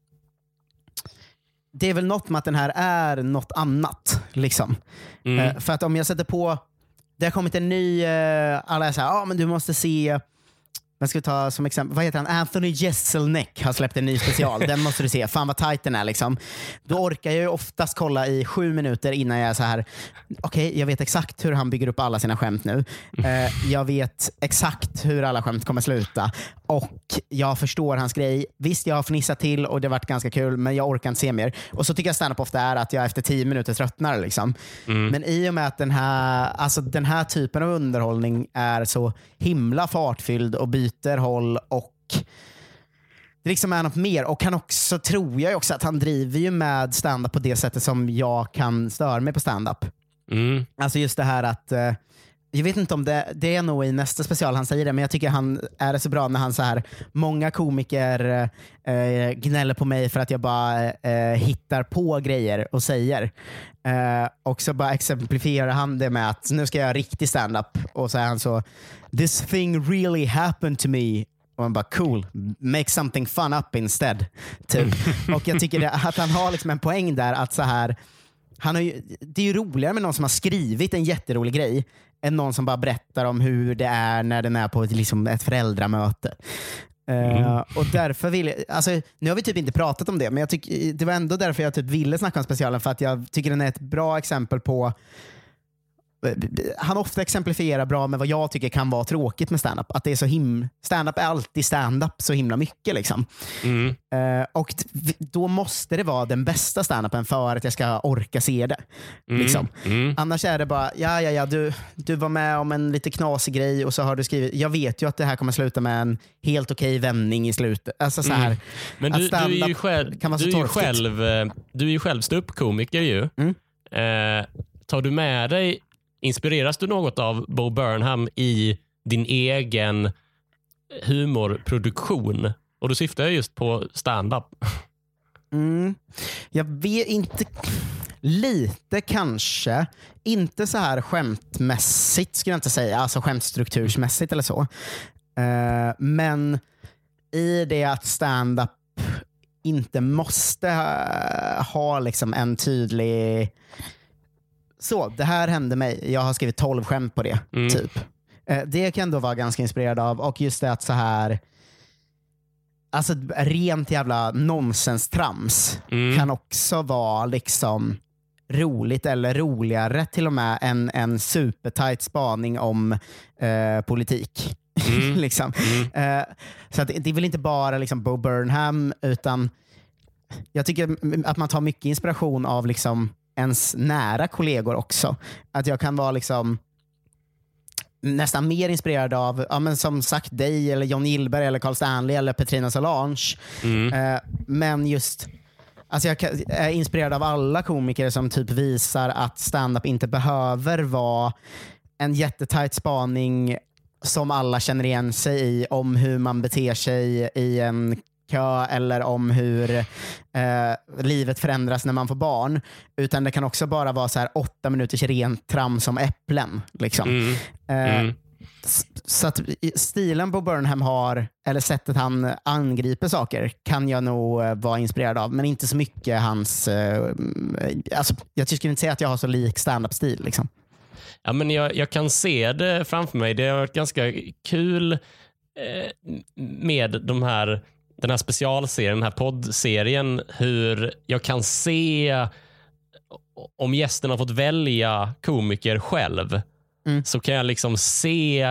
det är väl något med att den här är något annat. Liksom. För att om jag sätter på, det har kommit en ny, alla är så här, men du måste se Men ska vi ta som exempel, vad heter han? Anthony Jeselnik har släppt en ny special. Den måste du se. Fan vad tight den är liksom. Då orkar jag ju oftast kolla i 7 minuter innan jag är så här. Okej, jag vet exakt hur han bygger upp alla sina skämt nu. Jag vet exakt hur alla skämt kommer sluta. Och jag förstår hans grej. Visst, jag har fnissat till och det har varit ganska kul, men jag orkar inte se mer. Och så tycker jag stand-up ofta är att jag efter 10 minuter tröttnar liksom. Men i och med att den här typen av underhållning är så himla fartfylld och byter håll och det liksom är något mer. Och han också, tror jag också, att han driver ju med stand-up på det sättet som jag kan störa mig på stand-up. Alltså just det här att jag vet inte om det är nog i nästa special han säger det, men jag tycker han är så bra när han så här, många komiker gnäller på mig för att jag bara hittar på grejer och säger. Och så bara exemplifierar han det med att nu ska jag riktig stand-up och så är han så, this thing really happened to me. Och man bara cool, make something fun up instead typ. Och jag tycker att han har liksom en poäng där att så här, det är ju roligare med någon som har skrivit en jätterolig grej än någon som bara berättar om hur det är när den är på ett föräldramöte. Och därför nu har vi typ inte pratat om det, men jag tycker det var ändå därför jag typ ville snacka om specialen, för att jag tycker den är ett bra exempel på. Han ofta exemplifierar bra med vad jag tycker kan vara tråkigt med stand-up. Att det är så stand-up är alltid stand-up så himla mycket liksom. Och då måste det vara den bästa stand-upen för att jag ska orka se det liksom. Annars är det bara du var med om en lite knasig grej och så har du skrivit, jag vet ju att det här kommer sluta med en helt okej vändning i slutet. Alltså så här. Men du är ju själv, kan vara så du är ju själv ståuppkomiker ju. Tar du med dig, inspireras du något av Bo Burnham i din egen humorproduktion? Och då syftar jag just på stand-up. Jag vet inte, lite kanske. Inte så här skämtmässigt skulle jag inte säga, alltså skämtstruktursmässigt eller så. Men i det att stand-up inte måste ha liksom en tydlig... Så, det här hände mig. Jag har skrivit 12 skämt på det, typ. Det kan ändå vara ganska inspirerad av. Och just det att så här... Alltså rent jävla nonsenstrams kan också vara liksom roligt eller roligare till och med än en supertight spaning om politik. liksom. Så att det är väl inte bara liksom Bo Burnham, utan jag tycker att man tar mycket inspiration av liksom ens nära kollegor också. Att jag kan vara liksom nästan mer inspirerad av, ja, men som sagt dig eller John Gillberg eller Carl Stanley eller Petrina Solange. Men just alltså jag är inspirerad av alla komiker som typ visar att stand-up inte behöver vara en jättetight spaning som alla känner igen sig i, om hur man beter sig i en kö eller om hur livet förändras när man får barn, utan det kan också bara vara så här 8 minuters rent trams som äpplen liksom. Så att stilen på Burnham har, eller sättet han angriper saker, kan jag nog vara inspirerad av, men inte så mycket hans alltså, jag skulle inte säga att jag har så lik stand-up-stil liksom. Ja, men jag kan se det framför mig. Det har varit ganska kul med den här specialserien, den här poddserien, hur jag kan se om gästen har fått välja komiker själv, så kan jag liksom se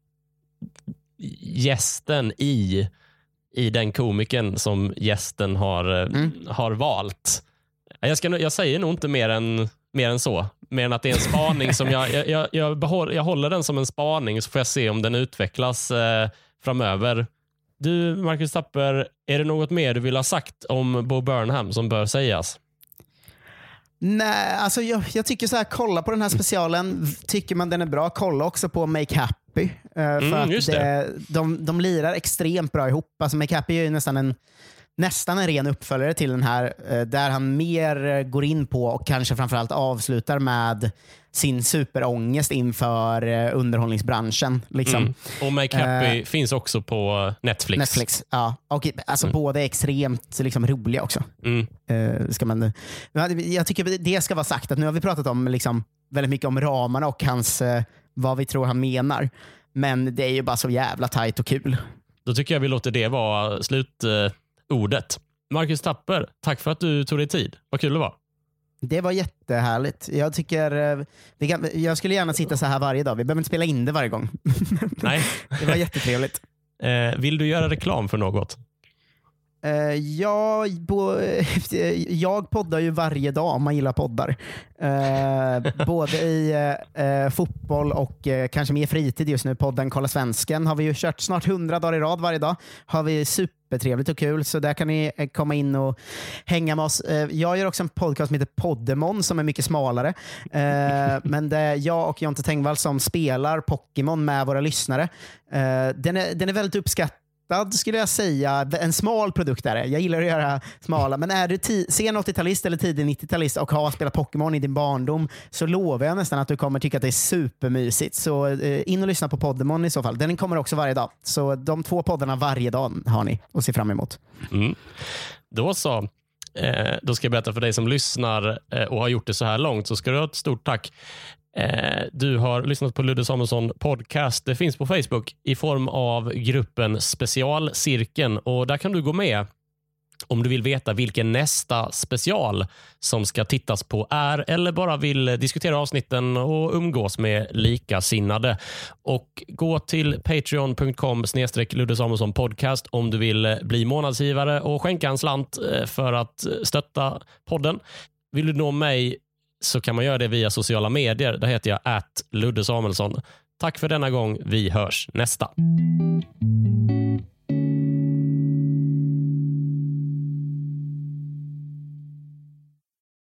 gästen i den komikern som gästen har valt. Jag säger nog inte mer än så. Mer än att det är en spaning som jag håller den som en spaning, så får jag se om den utvecklas framöver. Du, Marcus Tapper, är det något mer du vill ha sagt om Bo Burnham som bör sägas? Nej, alltså jag tycker så här, kolla på den här specialen. Tycker man den är bra, kolla också på Make Happy. För att de lirar extremt bra ihop. Alltså Make Happy är ju nästan en ren uppföljare till den här, där han mer går in på och kanske framförallt avslutar med sin superångest inför underhållningsbranschen. Liksom. Och Make Happy finns också på Netflix. Ja. Och alltså båda är extremt liksom roliga också. Jag tycker det ska vara sagt att nu har vi pratat om liksom väldigt mycket om ramarna och hans, vad vi tror han menar. Men det är ju bara så jävla tajt och kul. Då tycker jag vi låter det vara slutordet. Marcus Tapper, tack för att du tog dig tid. Vad kul det var. Det var jättehärligt. Jag tycker jag skulle gärna sitta så här varje dag. Vi behöver inte spela in det varje gång. Nej. Det var jättetrevligt. Vill du göra reklam för något? Jag poddar ju varje dag om man gillar poddar. Både i fotboll och kanske mer fritid just nu. Podden Kolla Svensken har vi ju kört snart 100 dagar i rad varje dag. Har vi supertrevligt och kul, så där kan ni komma in och hänga med oss. Jag gör också en podcast som heter Poddemon som är mycket smalare. Men det är jag och Jonte Tengvall som spelar Pokémon med våra lyssnare. Den är väldigt uppskattad, skulle jag säga. En smal produkt är det. Jag gillar att göra smala. Men är du sen 80-talist eller tidig 90-talist och har spelat Pokémon i din barndom, så lovar jag nästan att du kommer tycka att det är supermysigt. Så in och lyssna på Poddemon i så fall. Den kommer också varje dag. Så de 2 poddarna varje dag har ni att se fram emot. Då så. Då ska jag berätta för dig som lyssnar och har gjort det så här långt, så ska du ha ett stort tack. Du har lyssnat på Ludde Samuelsson podcast. Det finns på Facebook i form av gruppen Specialcirkeln, och där kan du gå med om du vill veta vilken nästa special som ska tittas på är, eller bara vill diskutera avsnitten och umgås med likasinnade. Och gå till patreon.com/Ludde Samuelsson podcast om du vill bli månadsgivare och skänka en slant för att stötta podden. Vill du nå mig så kan man göra det via sociala medier. Där heter jag @Ludde Samuelsson. Tack för denna gång. Vi hörs nästa.